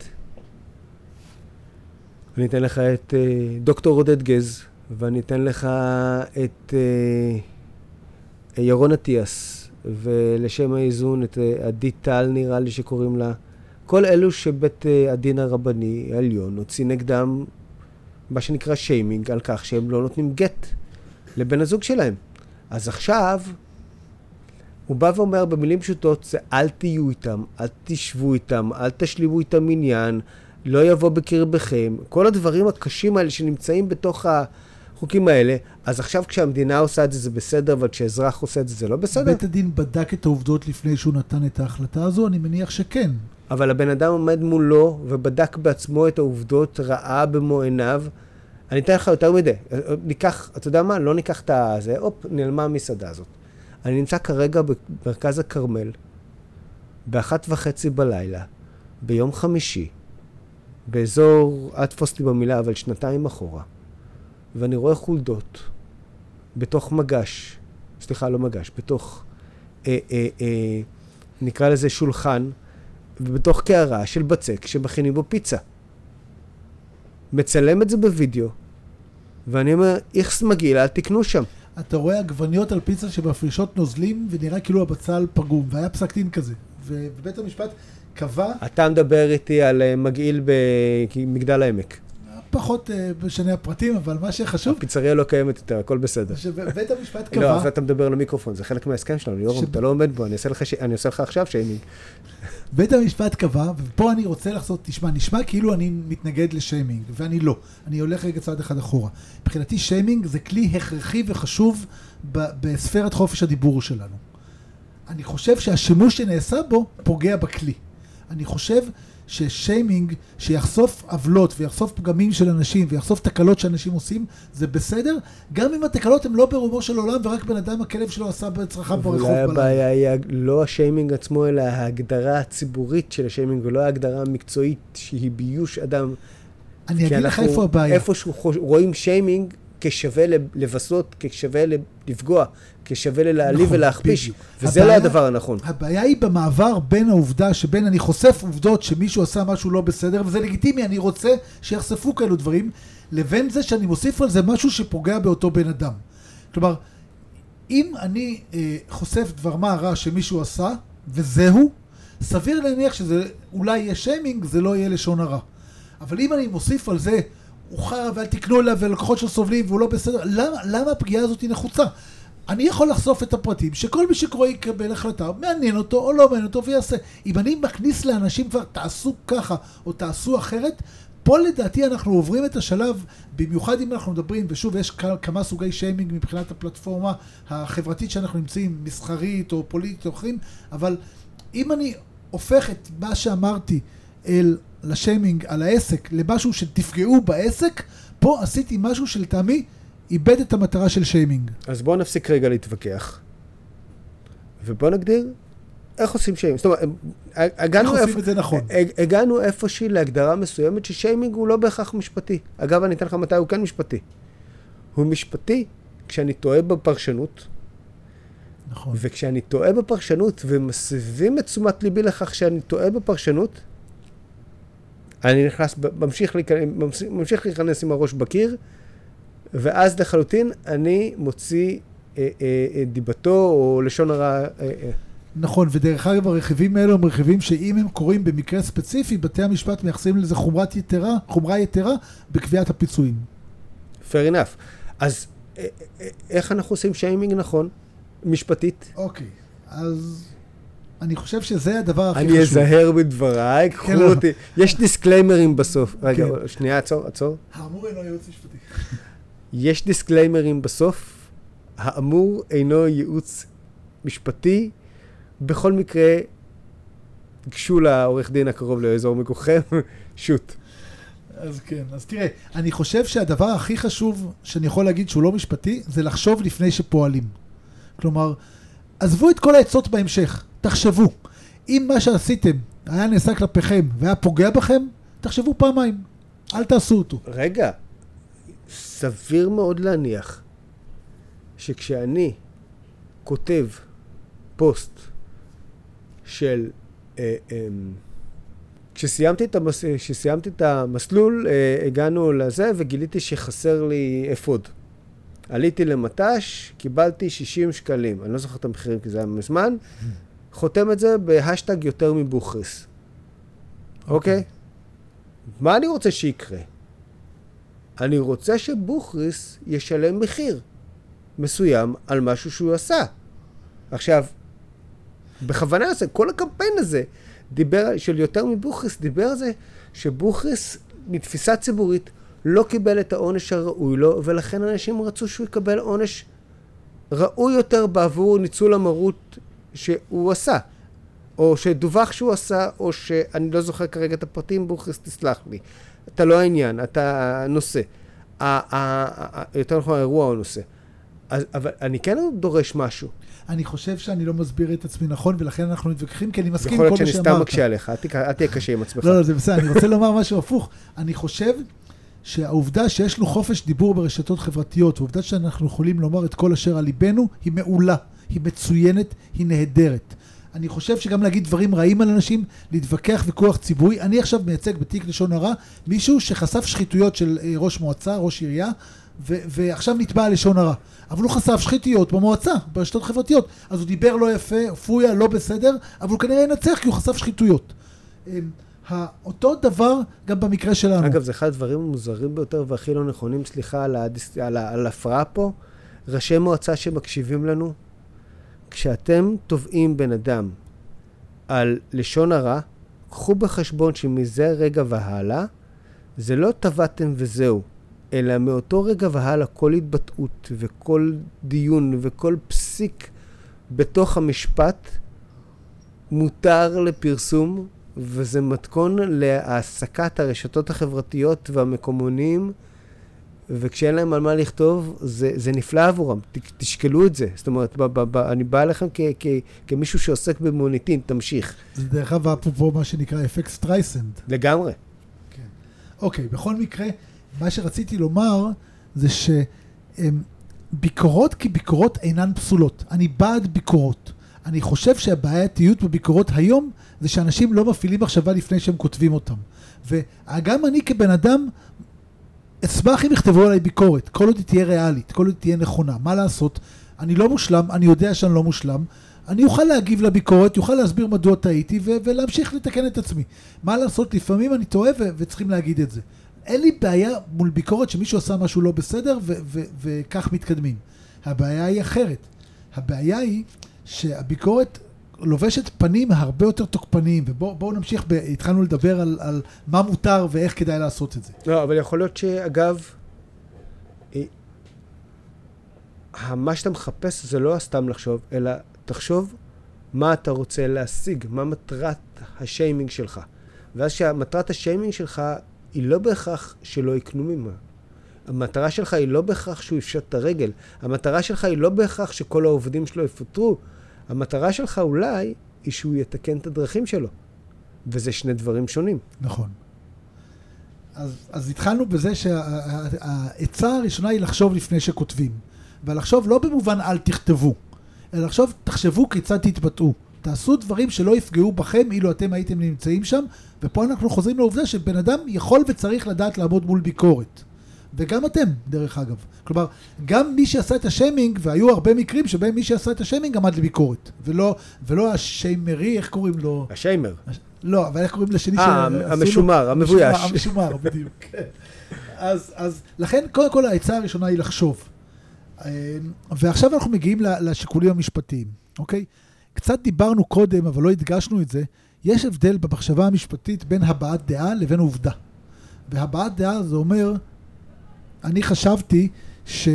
אני אתן לך את uh, דוקטור עודד גז, ואני אתן לך את uh, ירון אטיאס, ולשם האיזון את uh, עדי טל נראה לי שקוראים לה. כל אלו שבית uh, הדין הרבני העליון הוציא נגדם מה שנקרא שיימינג על כך שהם לא נותנים גט לבן הזוג שלהם. אז עכשיו הוא בא ואומר במילים פשוטות, זה אל תהיו איתם, אל תשבו איתם, אל תשלימו איתם עניין, לא יבוא בקרבכם. כל הדברים הקשים האלה שנמצאים בתוך החוקים האלה, אז עכשיו כשהמדינה עושה את זה, זה בסדר, אבל כשאזרח עושה את זה, זה לא בסדר? בית הדין בדק את העובדות לפני שהוא נתן את ההחלטה הזו, אני מניח שכן. אבל הבן אדם עומד מולו ובדק בעצמו את העובדות, ראה במו עיניו. אני אתן לך יותר מדי. ניקח, אתה יודע מה? לא ניקח את זה, אופ, נעלמה המסעדה הזאת. אני נמצא כרגע במרכז הכרמל, באחת וחצי בלילה, ביום חמישי, באזור, אל תפוס לי במילה, אבל שנתיים אחורה, ואני רואה חולדות, בתוך מגש, סליחה, לא מגש, בתוך, אה, אה, אה, נקרא לזה שולחן, ובתוך קערה של בצק שמכינים בו פיצה. מצלם את זה בווידאו, ואני אומר, איכס מגעיל, אל תקנו שם. אתה רואה עגבניות על פיצה שבפרישות נוזלים, ונראה כאילו הבצל פגום, והיה פסק דין כזה. ובבית המשפט קבע... אתה מדבר איתי על מגעיל במגדל העמק. פחות בשני הפרטים, אבל מה שחשוב... הפיצריה לא קיימת יותר, הכל בסדר. שבית המשפט קבע... לא, אבל אתה מדבר למיקרופון, זה חלק מההסכם שלנו, יורם, אתה לא עומד בו, אני עושה לך עכשיו שיימינג. בית המשפט קבע, ופה אני רוצה לחזור, תשמע, נשמע כאילו אני מתנגד לשיימינג, ואני לא. אני הולך רגע צעד אחד אחורה. מבחינתי שיימינג זה כלי הכרחי וחשוב בספירת חופש הדיבור שלנו. אני חושב שהשימוש שנעשה בו פוגע בכלי. אני חושב ששיימינג שיחשוף עוולות ויחשוף פגמים של אנשים ויחשוף תקלות שאנשים עושים, זה בסדר, גם אם התקלות הן לא ברומו של עולם ורק בן אדם הכלב שלו עשה בצרכיו ברחוב בלילה. אולי הבעיה היא לא השיימינג עצמו, אלא ההגדרה הציבורית של השיימינג, ולא ההגדרה המקצועית שהיא ביוש אדם. אני אגיד לך איפה הבעיה. איפה שרואים שיימינג כשווה לבסות, כשווה לפגוע, כשווה להעליב ולהכפיש, וזה לא הדבר הנכון. הבעיה היא במעבר בין העובדה שבין אני חושף עובדות שמישהו עשה משהו לא בסדר, וזה לגיטימי, אני רוצה שיחשפו כאלו דברים, לבין זה שאני מוסיף על זה משהו שפוגע באותו בן אדם. כלומר, אם אני אה, חושף דבר מה רע שמישהו עשה, וזהו, סביר להניח שזה אולי יהיה שיימינג, זה לא יהיה לשון הרע. אבל אם אני מוסיף על זה, הוא חרא ואל תקנו לה ולקוחות שסובלים והוא לא בסדר, למה, למה הפגיעה הזאת היא נחוצה? אני יכול לחשוף את הפרטים שכל מי שקורא יקבל החלטה, מעניין אותו או לא מעניין אותו ויעשה. אם אני מכניס לאנשים כבר תעשו ככה או תעשו אחרת, פה לדעתי אנחנו עוברים את השלב, במיוחד אם אנחנו מדברים, ושוב יש כמה סוגי שיימינג מבחינת הפלטפורמה החברתית שאנחנו נמצאים, מסחרית או פוליטית או אחרים, אבל אם אני הופך את מה שאמרתי אל לשיימינג על העסק, למשהו שתפגעו בעסק, פה עשיתי משהו שלטעמי איבד את המטרה של שיימינג. אז בואו נפסיק רגע להתווכח. ובואו נגדיר איך עושים שיימינג. זאת אומרת, הגענו איך עושים את זה נכון. הגענו איפושהי להגדרה מסוימת ששיימינג הוא לא בהכרח משפטי. אגב, אני אתן לך מתי הוא כן משפטי. הוא משפטי כשאני טועה בפרשנות, נכון. וכשאני טועה בפרשנות ומסבים את תשומת ליבי לכך שאני טועה בפרשנות, אני נכנס, ממשיך להיכנס, ממשיך להיכנס עם הראש בקיר, ואז לחלוטין אני מוציא אה, אה, דיבתו או לשון הרע. אה, אה. נכון, ודרך אגב הרכיבים האלו הם רכיבים שאם הם קוראים במקרה ספציפי, בתי המשפט מייחסים לזה חומרת יתרה, חומרה יתרה בקביעת הפיצויים. Fair enough. אז אה, אה, איך אנחנו עושים שיימינג נכון? משפטית? אוקיי, אז... אני חושב שזה הדבר הכי אני חשוב. אני אזהר בדבריי, קחו כן, אותי. יש דיסקליימרים בסוף. רגע, כן. שנייה, עצור, עצור. האמור אינו ייעוץ משפטי. יש דיסקליימרים בסוף. האמור אינו ייעוץ משפטי. בכל מקרה, גשו לעורך דין הקרוב לאזור מגוחם, שוט. אז כן, אז תראה, אני חושב שהדבר הכי חשוב שאני יכול להגיד שהוא לא משפטי, זה לחשוב לפני שפועלים. כלומר, עזבו את כל העצות בהמשך, תחשבו. אם מה שעשיתם היה נעשה כלפיכם והיה פוגע בכם, תחשבו פעמיים, אל תעשו אותו. רגע, סביר מאוד להניח שכשאני כותב פוסט של, אה, אה, כשסיימתי את, המס, כשסיימתי את המסלול, אה, הגענו לזה וגיליתי שחסר לי אפוד. עליתי למטש, קיבלתי שישים שקלים. אני לא זוכר את המחירים כי זה היה מזמן. חותם את זה בהשטג יותר מבוכריס. אוקיי? מה אני רוצה שיקרה? אני רוצה שבוכריס ישלם מחיר מסוים על משהו שהוא עשה. עכשיו, בכוונה הזה, כל הקמפיין הזה דיבר, של יותר מבוכריס, דיבר על זה שבוכריס מתפיסה ציבורית לא קיבל את העונש הראוי לו, ולכן אנשים רצו שהוא יקבל עונש ראוי יותר בעבור ניצול המרות שהוא עשה, או שדווח שהוא עשה, או שאני לא זוכר כרגע את הפרטים, בוכריס תסלח לי. אתה לא העניין, אתה נושא. יותר נכון, האירוע הוא נושא. אבל אני כן דורש משהו. אני חושב שאני לא מסביר את עצמי נכון, ולכן אנחנו מתווכחים, כי אני מסכים עם כל מה מה שאמרת. יכול להיות שאני סתם מקשה עליך, אל תהיה קשה עם עצמך. לא, לא, זה בסדר, אני רוצה לומר משהו הפוך. אני חושב שהעובדה שיש לו חופש דיבור ברשתות חברתיות, והעובדה שאנחנו יכולים לומר את כל אשר על ליבנו, היא מעולה, היא מצוינת, היא נהדרת. אני חושב שגם להגיד דברים רעים על אנשים, להתווכח וכוח ציבורי. אני עכשיו מייצג בתיק לשון הרע מישהו שחשף שחיתויות של ראש מועצה, ראש עירייה, ו- ועכשיו נתבע על לשון הרע. אבל הוא חשף שחיתויות במועצה, ברשתות חברתיות. אז הוא דיבר לא יפה, פויה, לא בסדר, אבל הוא כנראה ינצח כי הוא חשף שחיתויות. אותו דבר גם במקרה שלנו. אגב, זה אחד הדברים המוזרים ביותר והכי לא נכונים, סליחה על, הדיס... על, ה... על הפרעה פה. ראשי מועצה שמקשיבים לנו, כשאתם תובעים בן אדם על לשון הרע, קחו בחשבון שמזה רגע והלאה, זה לא טבעתם וזהו, אלא מאותו רגע והלאה כל התבטאות וכל דיון וכל פסיק בתוך המשפט מותר לפרסום, וזה מתכון להעסקת הרשתות החברתיות והמקומונים, וכשאין להם על מה לכתוב, זה, זה נפלא עבורם. ת, תשקלו את זה. זאת אומרת, ב, ב, ב, אני בא לכם כ, כ, כמישהו שעוסק במוניטין, תמשיך. זה דרך אגב אפרופו מה שנקרא אפקט סטרייסנד. לגמרי. כן. אוקיי, בכל מקרה, מה שרציתי לומר זה שביקורות כביקורות אינן פסולות. אני בעד ביקורות. אני חושב שהבעייתיות בביקורות היום זה שאנשים לא מפעילים מחשבה לפני שהם כותבים אותם. וגם אני כבן אדם אשמח אם יכתבו עליי ביקורת, כל עוד היא תהיה ריאלית, כל עוד היא תהיה נכונה. מה לעשות? אני לא מושלם, אני יודע שאני לא מושלם. אני אוכל להגיב לביקורת, יוכל להסביר מדוע טעיתי ו- ולהמשיך לתקן את עצמי. מה לעשות? לפעמים אני טועה ו- וצריכים להגיד את זה. אין לי בעיה מול ביקורת שמישהו עשה משהו לא בסדר ו- ו- וכך מתקדמים. הבעיה היא אחרת. הבעיה היא שהביקורת לובשת פנים הרבה יותר תוקפניים, ובואו נמשיך, ב, התחלנו לדבר על, על מה מותר ואיך כדאי לעשות את זה. לא, אבל יכול להיות שאגב, מה שאתה מחפש זה לא סתם לחשוב, אלא תחשוב מה אתה רוצה להשיג, מה מטרת השיימינג שלך. ואז שמטרת השיימינג שלך היא לא בהכרח שלא יקנו ממך. המטרה שלך היא לא בהכרח שהוא יפשט את הרגל. המטרה שלך היא לא בהכרח שכל העובדים שלו יפוטרו. המטרה שלך אולי היא שהוא יתקן את הדרכים שלו. וזה שני דברים שונים. נכון. אז, אז התחלנו בזה שהעצה הראשונה היא לחשוב לפני שכותבים. ולחשוב לא במובן אל תכתבו, אלא לחשוב, תחשבו כיצד תתבטאו. תעשו דברים שלא יפגעו בכם אילו אתם הייתם נמצאים שם, ופה אנחנו חוזרים לעובדה שבן אדם יכול וצריך לדעת לעמוד מול ביקורת. וגם אתם, דרך אגב. כלומר, גם מי שעשה את השיימינג, והיו הרבה מקרים שבהם מי שעשה את השיימינג עמד לביקורת. ולא, ולא השיימרי, איך קוראים לו? השיימר. הש... לא, אבל איך קוראים לשני? אה, המשומר, המבויש. המשומר, בדיוק. אז, אז לכן, קודם כל, העצה הראשונה היא לחשוב. ועכשיו אנחנו מגיעים לשיקולים המשפטיים, אוקיי? קצת דיברנו קודם, אבל לא הדגשנו את זה. יש הבדל במחשבה המשפטית בין הבעת דעה לבין עובדה. והבעת דעה זה אומר, אני חשבתי ש...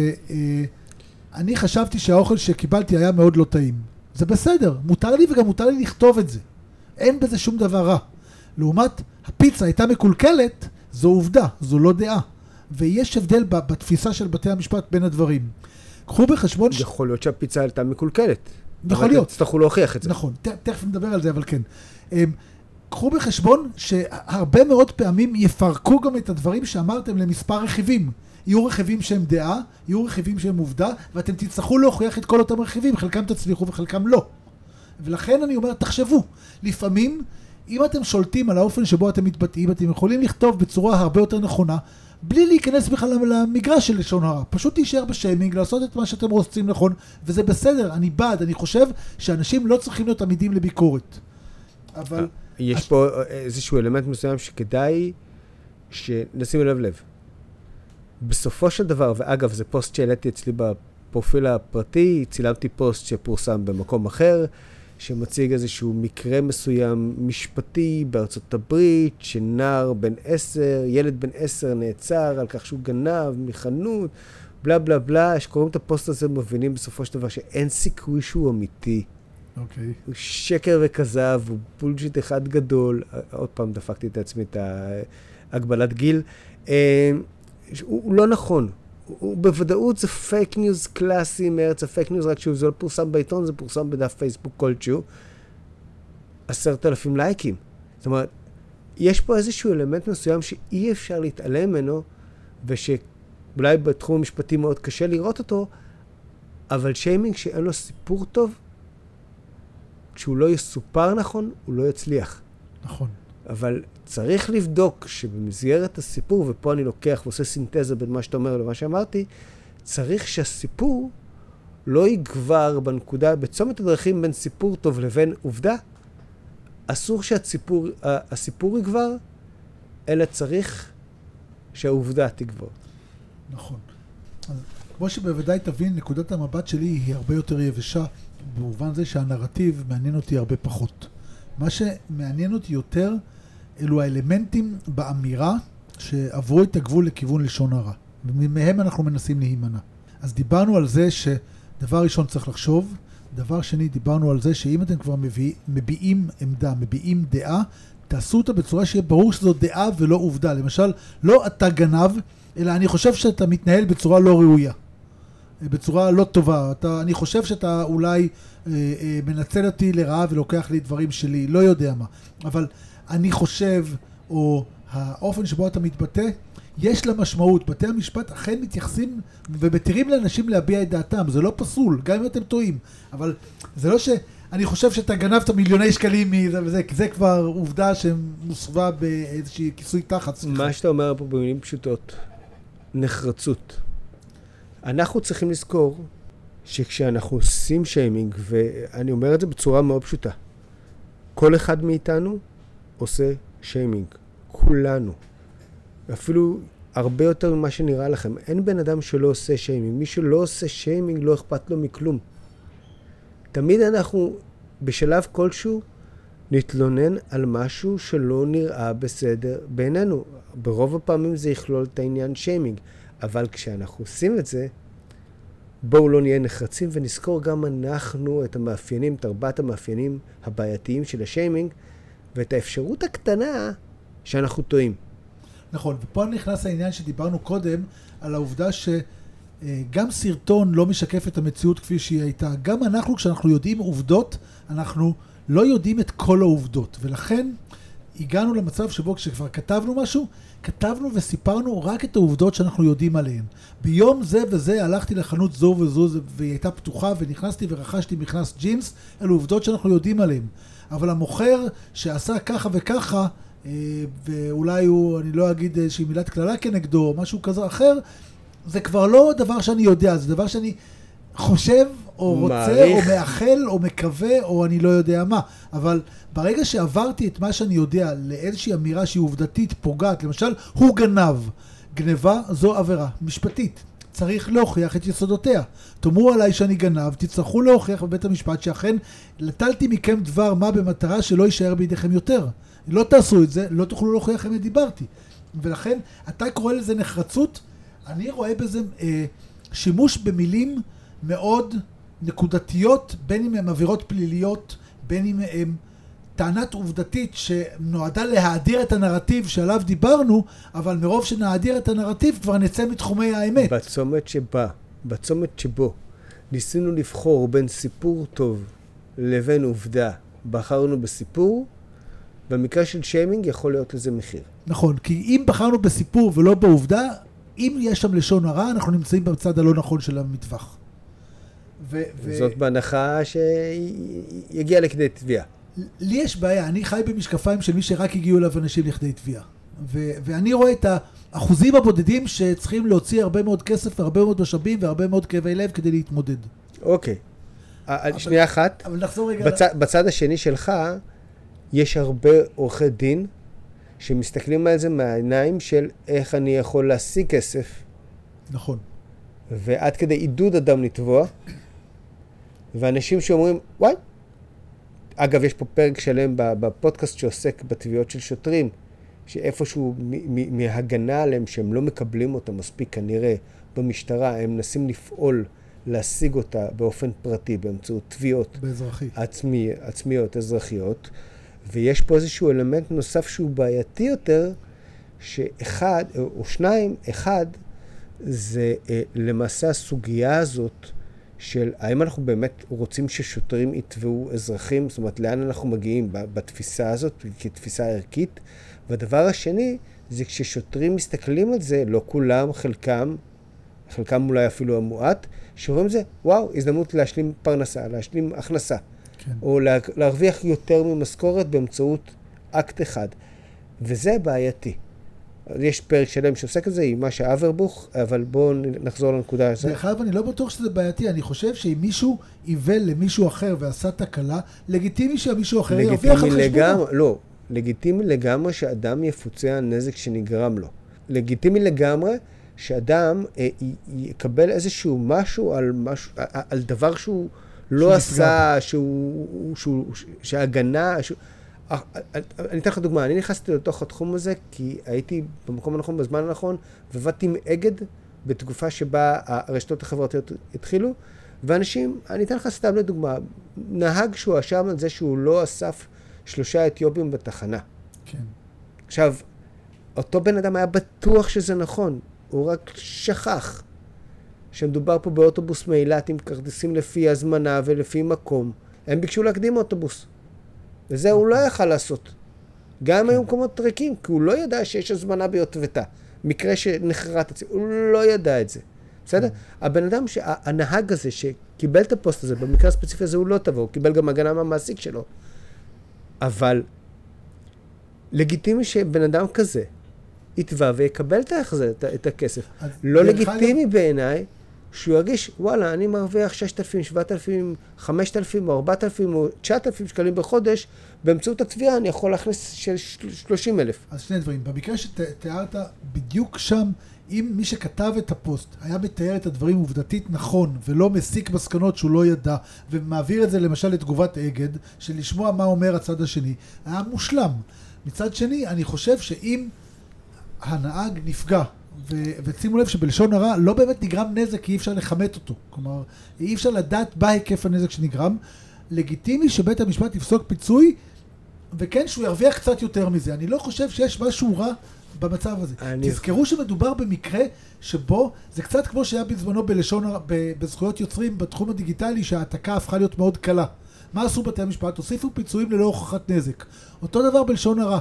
אני חשבתי שהאוכל שקיבלתי היה מאוד לא טעים. זה בסדר, מותר לי וגם מותר לי לכתוב את זה. אין בזה שום דבר רע. לעומת, הפיצה הייתה מקולקלת, זו עובדה, זו לא דעה. ויש הבדל בתפיסה של בתי המשפט בין הדברים. קחו בחשבון... יכול להיות שהפיצה הייתה מקולקלת. יכול להיות. תצטרכו להוכיח את זה. נכון, תכף נדבר על זה, אבל כן. קחו בחשבון שהרבה מאוד פעמים יפרקו גם את הדברים שאמרתם למספר רכיבים. יהיו רכיבים שהם דעה, יהיו רכיבים שהם עובדה, ואתם תצטרכו להוכיח את כל אותם רכיבים, חלקם תצליחו וחלקם לא. ולכן אני אומר, תחשבו, לפעמים, אם אתם שולטים על האופן שבו אתם מתבטאים, אתם יכולים לכתוב בצורה הרבה יותר נכונה, בלי להיכנס בכלל למגרש של לשון הרע. פשוט להישאר בשיימינג, לעשות את מה שאתם רוצים נכון, וזה בסדר, אני בעד, אני חושב שאנשים לא צריכים להיות עמידים לביקורת. אבל... יש פה איזשהו אלמנט מסוים שכדאי שנשים לב לב. בסופו של דבר, ואגב, זה פוסט שהעליתי אצלי בפרופיל הפרטי, צילמתי פוסט שפורסם במקום אחר, שמציג איזשהו מקרה מסוים משפטי בארצות הברית, שנער בן עשר, ילד בן עשר נעצר על כך שהוא גנב מחנות, בלה בלה בלה, שקוראים את הפוסט הזה מבינים בסופו של דבר שאין סיכוי שהוא אמיתי. אוקיי. Okay. הוא שקר וכזב, הוא בולשיט אחד גדול, עוד פעם דפקתי את עצמי את ההגבלת גיל, הוא, הוא לא נכון. הוא בוודאות זה פייק ניוז קלאסי מארץ הפייק ניוז, רק שהוא זה לא פורסם בעיתון, זה פורסם בדף פייסבוק כלשהו. עשרת אלפים לייקים. זאת אומרת, יש פה איזשהו אלמנט מסוים שאי אפשר להתעלם ממנו, ושאולי בתחום המשפטי מאוד קשה לראות אותו, אבל שיימינג שאין לו סיפור טוב, כשהוא לא יסופר נכון, הוא לא יצליח. נכון. אבל צריך לבדוק שבמסגרת הסיפור, ופה אני לוקח ועושה סינתזה בין מה שאתה אומר למה שאמרתי, צריך שהסיפור לא יגבר בנקודה, בצומת הדרכים בין סיפור טוב לבין עובדה. אסור שהסיפור, הסיפור יגבר, אלא צריך שהעובדה תגבר. נכון. אז כמו שבוודאי תבין, נקודת המבט שלי היא הרבה יותר יבשה, במובן זה שהנרטיב מעניין אותי הרבה פחות. מה שמעניין אותי יותר, אלו האלמנטים באמירה שעברו את הגבול לכיוון לשון הרע. ומהם אנחנו מנסים להימנע. אז דיברנו על זה שדבר ראשון צריך לחשוב, דבר שני דיברנו על זה שאם אתם כבר מביא, מביעים עמדה, מביעים דעה, תעשו אותה בצורה שיהיה ברור שזו דעה ולא עובדה. למשל, לא אתה גנב, אלא אני חושב שאתה מתנהל בצורה לא ראויה. בצורה לא טובה. אתה, אני חושב שאתה אולי אה, אה, מנצל אותי לרעה ולוקח לי דברים שלי, לא יודע מה. אבל אני חושב, או האופן שבו אתה מתבטא, יש לה משמעות. בתי המשפט אכן מתייחסים ומתירים לאנשים להביע את דעתם. זה לא פסול, גם אם אתם טועים. אבל זה לא שאני חושב שאתה גנבת מיליוני שקלים מזה וזה, כי זה כבר עובדה שמוסווה באיזושהי כיסוי תחת. סליחה. מה שאתה אומר פה במילים פשוטות, נחרצות. אנחנו צריכים לזכור שכשאנחנו עושים שיימינג, ואני אומר את זה בצורה מאוד פשוטה, כל אחד מאיתנו עושה שיימינג. כולנו. אפילו הרבה יותר ממה שנראה לכם. אין בן אדם שלא עושה שיימינג. מי שלא עושה שיימינג לא אכפת לו מכלום. תמיד אנחנו בשלב כלשהו נתלונן על משהו שלא נראה בסדר בעינינו. ברוב הפעמים זה יכלול את העניין שיימינג. אבל כשאנחנו עושים את זה, בואו לא נהיה נחרצים ונזכור גם אנחנו את המאפיינים, את ארבעת המאפיינים הבעייתיים של השיימינג, ואת האפשרות הקטנה שאנחנו טועים. נכון, ופה נכנס העניין שדיברנו קודם, על העובדה שגם סרטון לא משקף את המציאות כפי שהיא הייתה. גם אנחנו, כשאנחנו יודעים עובדות, אנחנו לא יודעים את כל העובדות, ולכן הגענו למצב שבו כשכבר כתבנו משהו, כתבנו וסיפרנו רק את העובדות שאנחנו יודעים עליהן. ביום זה וזה הלכתי לחנות זו וזו והיא הייתה פתוחה ונכנסתי ורכשתי מכנס ג'ינס, אלו עובדות שאנחנו יודעים עליהן. אבל המוכר שעשה ככה וככה, ואולי הוא, אני לא אגיד איזושהי מילת כללה כנגדו או משהו כזה אחר, זה כבר לא דבר שאני יודע, זה דבר שאני חושב או רוצה מעריך. או מאחל או מקווה או אני לא יודע מה. אבל ברגע שעברתי את מה שאני יודע לאיזושהי אמירה שהיא עובדתית פוגעת, למשל הוא גנב, גנבה זו עבירה משפטית, צריך להוכיח את יסודותיה. תאמרו עליי שאני גנב, תצטרכו להוכיח בבית המשפט שאכן לטלתי מכם דבר מה במטרה שלא יישאר בידיכם יותר. לא תעשו את זה, לא תוכלו להוכיח אם דיברתי. ולכן אתה קורא לזה נחרצות, אני רואה בזה אה, שימוש במילים מאוד נקודתיות, בין אם הן עבירות פליליות, בין אם הן טענת עובדתית שנועדה להאדיר את הנרטיב שעליו דיברנו, אבל מרוב שנאדיר את הנרטיב כבר נצא מתחומי האמת. בצומת שבה, בצומת שבו, ניסינו לבחור בין סיפור טוב לבין עובדה, בחרנו בסיפור, במקרה של שיימינג יכול להיות לזה מחיר. נכון, כי אם בחרנו בסיפור ולא בעובדה, אם יש שם לשון הרע, אנחנו נמצאים בצד הלא נכון של המטווח. ו- ו- זאת בהנחה שיגיע לכדי תביעה. לי יש בעיה, אני חי במשקפיים של מי שרק הגיעו אליו אנשים לכדי תביעה. ו- ואני רואה את האחוזים הבודדים שצריכים להוציא הרבה מאוד כסף והרבה מאוד משאבים והרבה מאוד כאבי לב כדי להתמודד. אוקיי. אבל, שנייה אחת. אבל נחזור רגע... בצ- בצד השני שלך, יש הרבה עורכי דין שמסתכלים על זה מהעיניים של איך אני יכול להשיג כסף. נכון. ועד כדי עידוד אדם לתבוע. ואנשים שאומרים, וואי, אגב, יש פה פרק שלם בפודקאסט שעוסק בתביעות של שוטרים, שאיפשהו מהגנה עליהם שהם לא מקבלים אותה מספיק כנראה במשטרה, הם מנסים לפעול, להשיג אותה באופן פרטי, באמצעות תביעות עצמי, עצמיות, אזרחיות. ויש פה איזשהו אלמנט נוסף שהוא בעייתי יותר, שאחד, או שניים, אחד, זה למעשה הסוגיה הזאת של האם אנחנו באמת רוצים ששוטרים יתבעו אזרחים, זאת אומרת, לאן אנחנו מגיעים בתפיסה הזאת, כתפיסה ערכית. והדבר השני, זה כששוטרים מסתכלים על זה, לא כולם, חלקם, חלקם אולי אפילו המועט, שרואים זה, וואו, הזדמנות להשלים פרנסה, להשלים הכנסה. כן. או לה, להרוויח יותר ממשכורת באמצעות אקט אחד. וזה בעייתי. יש פרק שלם שעוסק את זה עם משה אברבוך, אבל בואו נחזור לנקודה הזאת. דרך אגב, אני לא בטוח שזה בעייתי, אני חושב שאם מישהו יבל למישהו אחר ועשה תקלה, לגיטימי שמישהו אחר ירוויח על חשבונו. לא, לגיטימי לגמרי שאדם יפוצה הנזק שנגרם לו. לגיטימי לגמרי שאדם אה, יקבל איזשהו משהו על, משהו, על דבר שהוא לא עשה, שהוא, שהוא, שההגנה... שהוא, אני אתן לך דוגמה, אני נכנסתי לתוך התחום הזה כי הייתי במקום הנכון בזמן הנכון ועבדתי עם אגד בתקופה שבה הרשתות החברתיות התחילו, ואנשים, אני אתן לך סתם לדוגמה, נהג שהוא אשם על זה שהוא לא אסף שלושה אתיופים בתחנה. כן. עכשיו, אותו בן אדם היה בטוח שזה נכון, הוא רק שכח שמדובר פה באוטובוס מאילת עם כרטיסים לפי הזמנה ולפי מקום. הם ביקשו להקדים אוטובוס. וזה הוא לא יכל לעשות. גם היו מקומות ריקים, כי הוא לא ידע שיש הזמנה ביוטבתה. מקרה שנחרט את זה, הוא לא ידע את זה. בסדר? הבן אדם, הנהג הזה שקיבל את הפוסט הזה, במקרה הספציפי הזה הוא לא טבע, הוא קיבל גם הגנה מהמעסיק שלו. אבל לגיטימי שבן אדם כזה יתבע ויקבל את ההחזר, את הכסף. לא לגיטימי בעיניי שהוא ירגיש, וואלה, אני מרוויח ששת אלפים, שבעת אלפים, חמשת אלפים או ארבעת אלפים או תשעת אלפים שקלים בחודש, באמצעות התביעה אני יכול להכניס של שלושים אלף. אז שני דברים. במקרה שתיארת בדיוק שם, אם מי שכתב את הפוסט היה מתאר את הדברים עובדתית נכון, ולא מסיק מסקנות שהוא לא ידע, ומעביר את זה למשל לתגובת אגד, של לשמוע מה אומר הצד השני, היה מושלם. מצד שני, אני חושב שאם הנהג נפגע, ו- ושימו לב שבלשון הרע לא באמת נגרם נזק, כי אי אפשר לחמת אותו. כלומר, אי אפשר לדעת בה היקף הנזק שנגרם. לגיטימי שבית המשפט יפסוק פיצוי, וכן שהוא ירוויח קצת יותר מזה. אני לא חושב שיש משהו רע במצב הזה. אני... תזכרו שמדובר במקרה שבו, זה קצת כמו שהיה בזמנו בלשון הרע, בזכויות יוצרים בתחום הדיגיטלי, שההעתקה הפכה להיות מאוד קלה. מה עשו בתי המשפט? הוסיפו פיצויים ללא הוכחת נזק. אותו דבר בלשון הרע.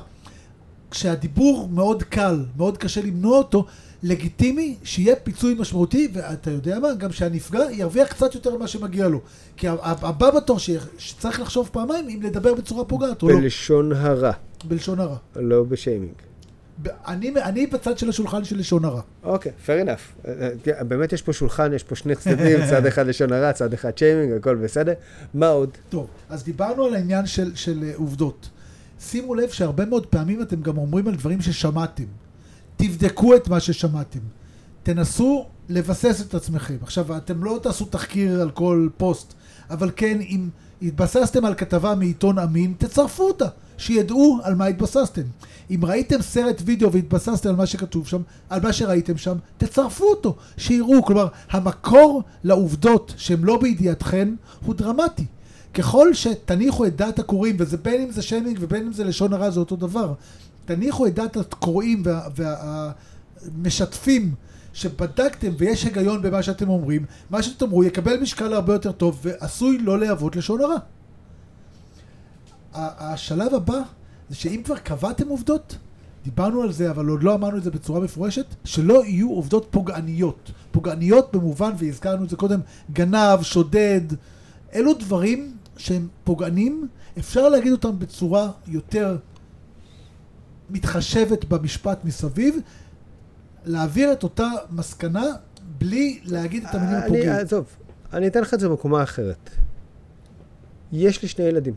כשהדיבור מאוד קל, מאוד קשה למנוע אותו, לגיטימי שיהיה פיצוי משמעותי, ואתה יודע מה, גם שהנפגע ירוויח קצת יותר ממה שמגיע לו. כי הבא בתור שצריך לחשוב פעמיים אם לדבר בצורה פוגעת או לא. בלשון הרע. בלשון הרע. לא בשיימינג. אני, אני בצד של השולחן של לשון הרע. אוקיי, fair enough. באמת יש פה שולחן, יש פה שני צדדים, צד אחד לשון הרע, צד אחד שיימינג, הכל בסדר. מה עוד? טוב, אז דיברנו על העניין של, של עובדות. שימו לב שהרבה מאוד פעמים אתם גם אומרים על דברים ששמעתם. תבדקו את מה ששמעתם. תנסו לבסס את עצמכם. עכשיו, אתם לא תעשו תחקיר על כל פוסט, אבל כן, אם התבססתם על כתבה מעיתון אמין, תצרפו אותה, שידעו על מה התבססתם. אם ראיתם סרט וידאו והתבססתם על מה שכתוב שם, על מה שראיתם שם, תצרפו אותו, שיראו. כלומר, המקור לעובדות שהם לא בידיעתכן הוא דרמטי. ככל שתניחו את דעת הקוראים, וזה בין אם זה שיימינג ובין אם זה לשון הרע, זה אותו דבר. תניחו את דעת הקוראים והמשתפים שבדקתם ויש היגיון במה שאתם אומרים, מה שאתם אומרו יקבל משקל הרבה יותר טוב ועשוי לא להוות לשון הרע. השלב הבא זה שאם כבר קבעתם עובדות, דיברנו על זה אבל עוד לא אמרנו את זה בצורה מפורשת, שלא יהיו עובדות פוגעניות. פוגעניות במובן, והזכרנו את זה קודם, גנב, שודד, אלו דברים שהם פוגענים, אפשר להגיד אותם בצורה יותר מתחשבת במשפט מסביב, להעביר את אותה מסקנה בלי להגיד את המילים הפוגעים. טוב, אני אתן לך את זה במקומה אחרת. יש לי שני ילדים.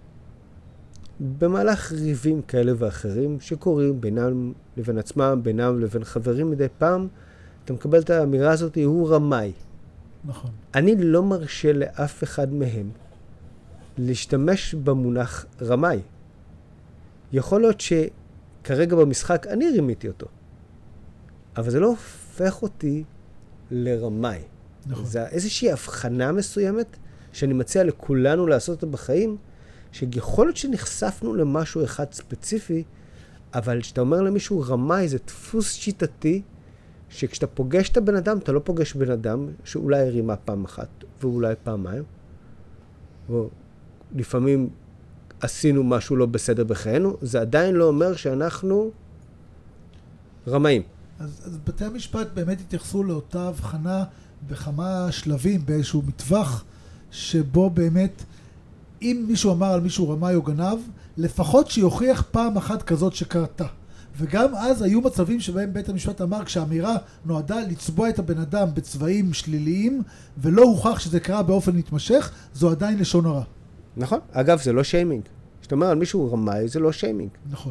במהלך ריבים כאלה ואחרים שקורים בינם לבין עצמם, בינם לבין חברים מדי פעם, אתה מקבל את האמירה הזאת, הוא רמאי. נכון. אני לא מרשה לאף אחד מהם להשתמש במונח רמאי. יכול להיות שכרגע במשחק אני רימיתי אותו, אבל זה לא הופך אותי לרמאי. נכון. זה איזושהי הבחנה מסוימת שאני מציע לכולנו לעשות אותה בחיים, שיכול להיות שנחשפנו למשהו אחד ספציפי, אבל כשאתה אומר למישהו רמאי זה דפוס שיטתי, שכשאתה פוגש את הבן אדם, אתה לא פוגש בן אדם שאולי הרימה פעם אחת, ואולי פעמיים, או לפעמים עשינו משהו לא בסדר בחיינו, זה עדיין לא אומר שאנחנו רמאים. אז, אז בתי המשפט באמת התייחסו לאותה הבחנה בכמה שלבים, באיזשהו מטווח, שבו באמת אם מישהו אמר על מישהו רמאי או גנב, לפחות שיוכיח פעם אחת כזאת שקרתה. וגם אז היו מצבים שבהם בית המשפט אמר, כשהאמירה נועדה לצבוע את הבן אדם בצבעים שליליים, ולא הוכח שזה קרה באופן מתמשך, זו עדיין לשון הרע. נכון. אגב, זה לא שיימינג. כשאתה אומר על מישהו רמאי, זה לא שיימינג. נכון.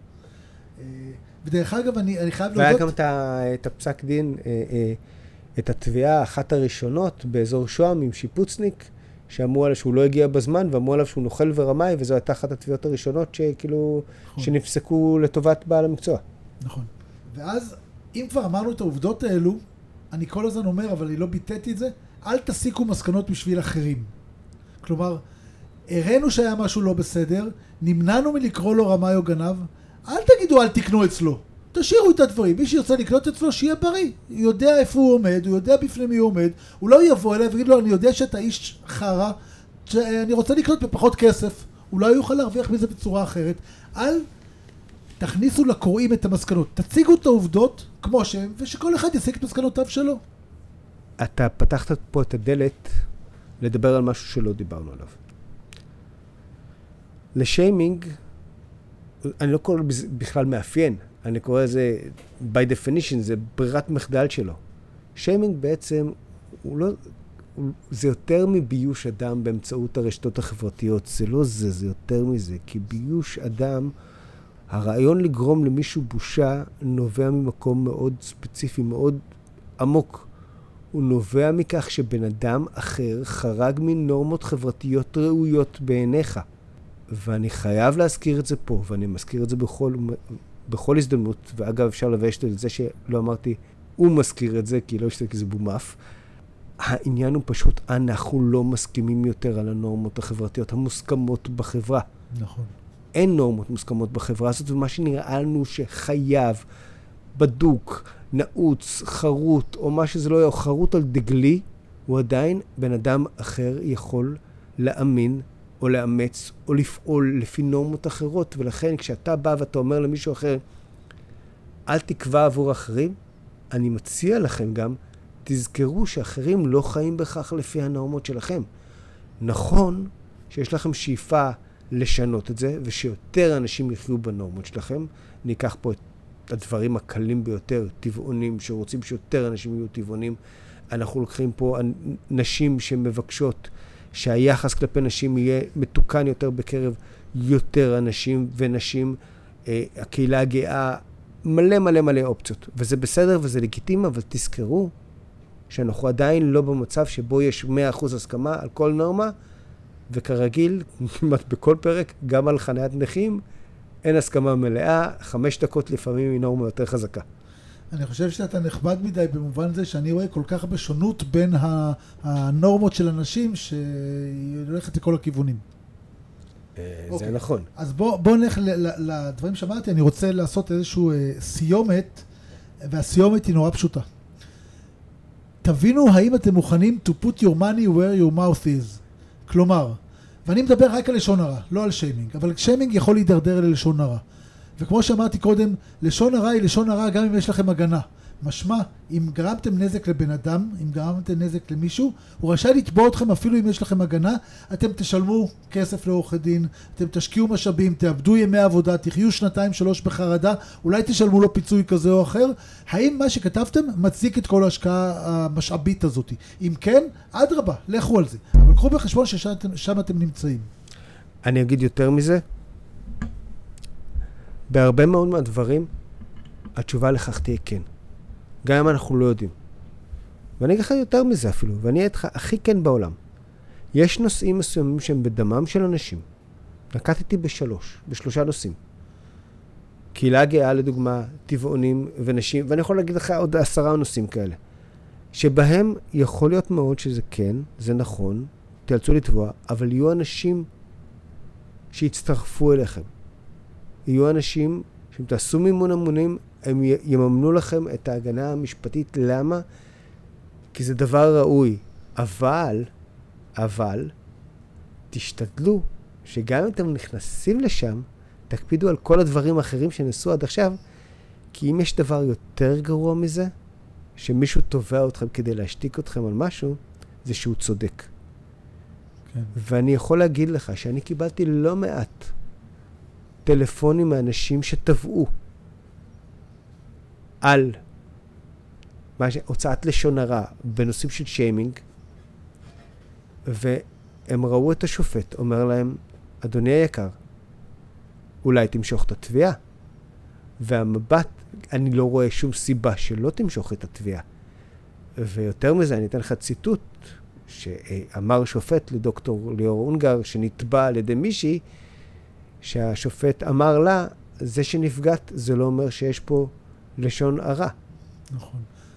ודרך אגב, אני, אני חייב והיה להודות... גם את, את הפסק דין, את התביעה, אחת הראשונות באזור שוהם עם שיפוצניק, שאמרו עליו שהוא לא הגיע בזמן, ואמרו עליו שהוא נוכל ורמאי, וזו הייתה אחת התביעות הראשונות שכאילו, נכון. שנפסקו לטובת בעל המקצוע. נכון. ואז, אם כבר אמרנו את העובדות האלו, אני כל הזמן אומר, אבל אני לא ביטאתי את זה, אל תסיקו מסקנות בשביל אחרים. כלומר, הראינו שהיה משהו לא בסדר, נמנענו מלקרוא לו רמאי או גנב, אל תגידו אל תקנו אצלו. תשאירו את הדברים. מי שירצה לקנות אצלו, שיהיה בריא. הוא יודע איפה הוא עומד, הוא יודע בפני מי הוא עומד, הוא לא יבוא אליו ויגיד לו, אני יודע שאתה איש חרה, שאני רוצה לקנות בפחות כסף. אולי הוא יוכל להרוויח מזה בצורה אחרת. אל תכניסו לקוראים את המסקנות. תציגו את העובדות כמו שהם, ושכל אחד יסיק את מסקנותיו שלו. אתה פתחת פה את הדלת לדבר על משהו שלא דיברנו עליו. לשיימינג, אני לא קורא בכלל מאפיין, אני קורא לזה, by definition, זה ברירת מחדל שלו. שיימינג בעצם, הוא לא, הוא, זה יותר מביוש אדם באמצעות הרשתות החברתיות. זה לא זה, זה יותר מזה. כי ביוש אדם, הרעיון לגרום למישהו בושה, נובע ממקום מאוד ספציפי, מאוד עמוק. הוא נובע מכך שבן אדם אחר חרג מנורמות חברתיות ראויות בעיניך. ואני חייב להזכיר את זה פה, ואני מזכיר את זה בכל, בכל הזדמנות, ואגב אפשר לבייש את זה שלא אמרתי, הוא מזכיר את זה, כי לא ישתה כזה בומף. העניין הוא פשוט, אנחנו לא מסכימים יותר על הנורמות החברתיות המוסכמות בחברה. נכון. אין נורמות מוסכמות בחברה הזאת, ומה שנראה לנו שחייב, בדוק, נעוץ, חרוט, או מה שזה לא יהיה, או חרוט על דגלי, הוא עדיין בן אדם אחר יכול להאמין, או לאמץ, או לפעול לפי נורמות אחרות. ולכן, כשאתה בא ואתה אומר למישהו אחר, אל תקבע עבור אחרים, אני מציע לכם גם, תזכרו שאחרים לא חיים בכך לפי הנורמות שלכם. נכון שיש לכם שאיפה לשנות את זה, ושיותר אנשים יחיו בנורמות שלכם. ניקח פה את הדברים הקלים ביותר, טבעונים, שרוצים שיותר אנשים יהיו טבעונים. אנחנו לוקחים פה נשים שמבקשות שהיחס כלפי נשים יהיה מתוקן יותר בקרב יותר אנשים ונשים. אה, הקהילה הגאה, מלא מלא מלא אופציות. וזה בסדר וזה לגיטימי, אבל תזכרו שאנחנו עדיין לא במצב שבו יש מאה אחוז הסכמה על כל נורמה, וכרגיל, כמעט בכל פרק, גם על חניית נכים, אין הסכמה מלאה, חמש דקות לפעמים היא נורמה יותר חזקה. אני חושב שאתה נכבד מדי במובן זה שאני רואה כל כך בשונות בין הנורמות של אנשים שהיא הולכת לכל הכיוונים. זה נכון. אז בואו נלך לדברים שאמרתי, אני רוצה לעשות איזשהו סיומת, והסיומת היא נורא פשוטה. תבינו האם אתם מוכנים to put your money where your mouth is. כלומר, ואני מדבר רק על לשון הרע, לא על שיימינג, אבל שיימינג יכול להידרדר ללשון הרע. וכמו שאמרתי קודם, לשון הרע היא לשון הרע גם אם יש לכם הגנה. משמע, אם גרמתם נזק לבן אדם, אם גרמתם נזק למישהו, הוא רשאי לתבוע אתכם אפילו אם יש לכם הגנה, אתם תשלמו כסף לעורכי דין, אתם תשקיעו משאבים, תאבדו ימי עבודה, תחיו שנתיים שלוש בחרדה, אולי תשלמו לו פיצוי כזה או אחר. האם מה שכתבתם מצדיק את כל ההשקעה המשאבית הזאת? אם כן, אדרבה, לכו על זה. אבל קחו בחשבון ששם אתם נמצאים. אני אגיד יותר מזה. בהרבה מאוד מהדברים, התשובה לכך תהיה כן. גם אם אנחנו לא יודעים. ואני אגיד לך יותר מזה אפילו, ואני אהיה איתך הכי כן בעולם. יש נושאים מסוימים שהם בדמם של אנשים. נקטתי בשלוש, בשלושה נושאים. קהילה גאה לדוגמה, טבעונים ונשים, ואני יכול להגיד לך עוד עשרה נושאים כאלה. שבהם יכול להיות מאוד שזה כן, זה נכון, תיאלצו לתבוע, אבל יהיו אנשים שיצטרפו אליכם. יהיו אנשים שאם תעשו מימון המונים, הם יממנו לכם את ההגנה המשפטית. למה? כי זה דבר ראוי. אבל, אבל, תשתדלו שגם אם אתם נכנסים לשם, תקפידו על כל הדברים האחרים שנעשו עד עכשיו, כי אם יש דבר יותר גרוע מזה, שמישהו תובע אתכם כדי להשתיק אתכם על משהו, זה שהוא צודק. כן. ואני יכול להגיד לך שאני קיבלתי לא מעט טלפונים מאנשים שטבעו על מה ש... הוצאת לשון הרע בנושאים של שיימינג, והם ראו את השופט, אומר להם, אדוני היקר, אולי תמשוך את התביעה. והמבט, אני לא רואה שום סיבה שלא תמשוך את התביעה. ויותר מזה, אני אתן לך ציטוט שאמר שופט לדוקטור ליאור אונגר, שנתבע על ידי מישהי, שהשופט אמר לה, זה שנפגעת, זה לא אומר שיש פה לשון הרע. נכון.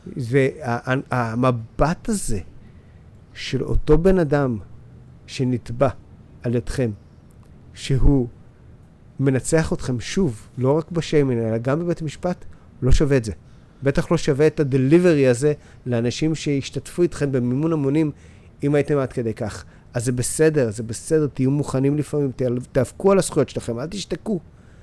והמבט הזה של אותו בן אדם שנתבע על ידכם, שהוא מנצח אתכם שוב, לא רק בשיימינג, אלא גם בבית המשפט, לא שווה את זה. בטח לא שווה את הדליברי הזה לאנשים שהשתתפו איתכם במימון המונים, אם הייתם עד כדי כך. אז זה בסדר, זה בסדר, תהיו מוכנים לפעמים, תאבקו על הזכויות שלכם, אל תשתקו.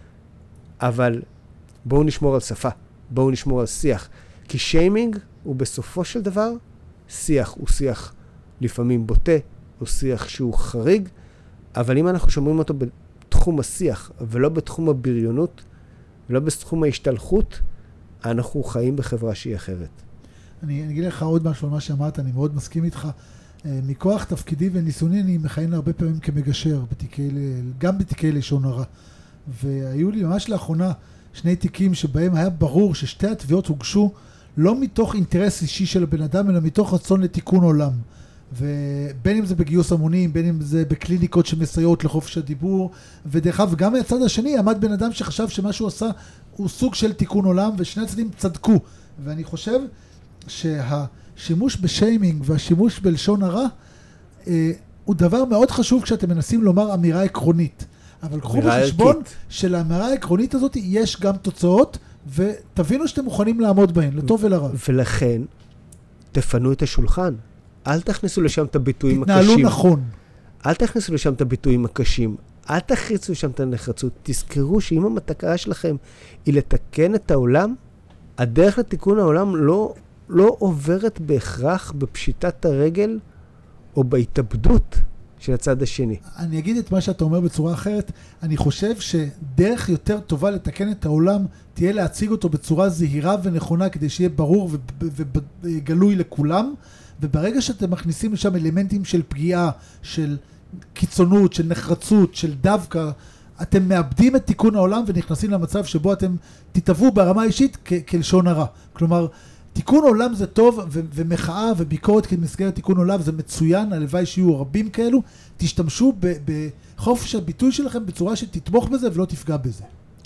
אבל בואו נשמור על שפה, בואו נשמור על שיח. כי שיימינג הוא בסופו של דבר שיח, הוא שיח לפעמים בוטה, הוא שיח שהוא חריג, אבל אם אנחנו שומרים אותו בתחום השיח, ולא בתחום הבריונות, ולא בתחום ההשתלחות, אנחנו חיים בחברה שהיא אחרת. אני, אני אגיד לך עוד משהו על מה שאמרת, אני מאוד מסכים איתך. מכוח תפקידי וניסיוני אני מכהן הרבה פעמים כמגשר, בתיקי, גם בתיקי לשון הרע. והיו לי ממש לאחרונה שני תיקים שבהם היה ברור ששתי התביעות הוגשו לא מתוך אינטרס אישי של הבן אדם, אלא מתוך רצון לתיקון עולם. ובין אם זה בגיוס המונים, בין אם זה בקליניקות שמסייעות לחופש הדיבור, ודרך אגב, גם מהצד השני עמד בן אדם שחשב שמה שהוא עשה הוא סוג של תיקון עולם, ושני הצדדים צדקו. ואני חושב שהשימוש בשיימינג והשימוש בלשון הרע אה, הוא דבר מאוד חשוב כשאתם מנסים לומר אמירה עקרונית. אבל קחו בחשבון של האמירה העקרונית הזאת יש גם תוצאות, ותבינו שאתם מוכנים לעמוד בהן, לטוב ולרע. ולכן, תפנו את השולחן. אל תכניסו לשם את הביטויים תתנהלו הקשים. תתנהלו נכון. אל תכניסו לשם את הביטויים הקשים. אל תכניסו לשם את הנחרצות. תזכרו שאם המטרה שלכם היא לתקן את העולם, הדרך לתיקון העולם לא, לא עוברת בהכרח בפשיטת הרגל או בהתאבדות של הצד השני. אני אגיד את מה שאתה אומר בצורה אחרת. אני חושב שדרך יותר טובה לתקן את העולם תהיה להציג אותו בצורה זהירה ונכונה כדי שיהיה ברור וגלוי לכולם. וברגע שאתם מכניסים לשם אלמנטים של פגיעה, של קיצונות, של נחרצות, של דווקא, אתם מאבדים את תיקון העולם ונכנסים למצב שבו אתם תתאבו ברמה אישית כ- כלשון הרע. כלומר, תיקון עולם זה טוב, ו- ומחאה וביקורת כמסגרת תיקון עולם זה מצוין, הלוואי שיהיו רבים כאלו, תשתמשו ב- בחופש הביטוי שלכם בצורה שתתמוך בזה ולא תפגע בזה.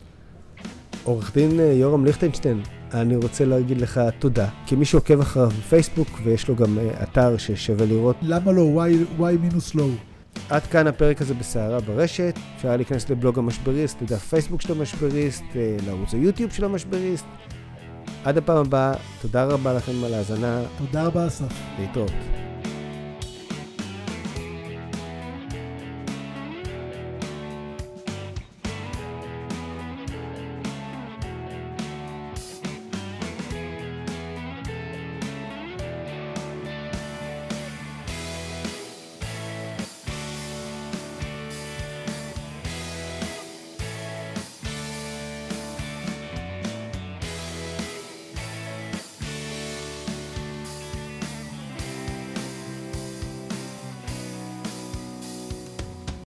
עורך דין יורם ליכטנשטיין, אני רוצה להגיד לך תודה, כי מי שעוקב אחריו בפייסבוק ויש לו גם אתר ששווה לראות. למה לא? Y-low. עד כאן הפרק הזה בסערה ברשת, אפשר להיכנס לבלוג המשבריסט, לדף פייסבוק של המשבריסט, לערוץ היוטיוב של המשבריסט. עד הפעם הבאה, תודה רבה לכם על ההאזנה. תודה רבה אסף. להתראות.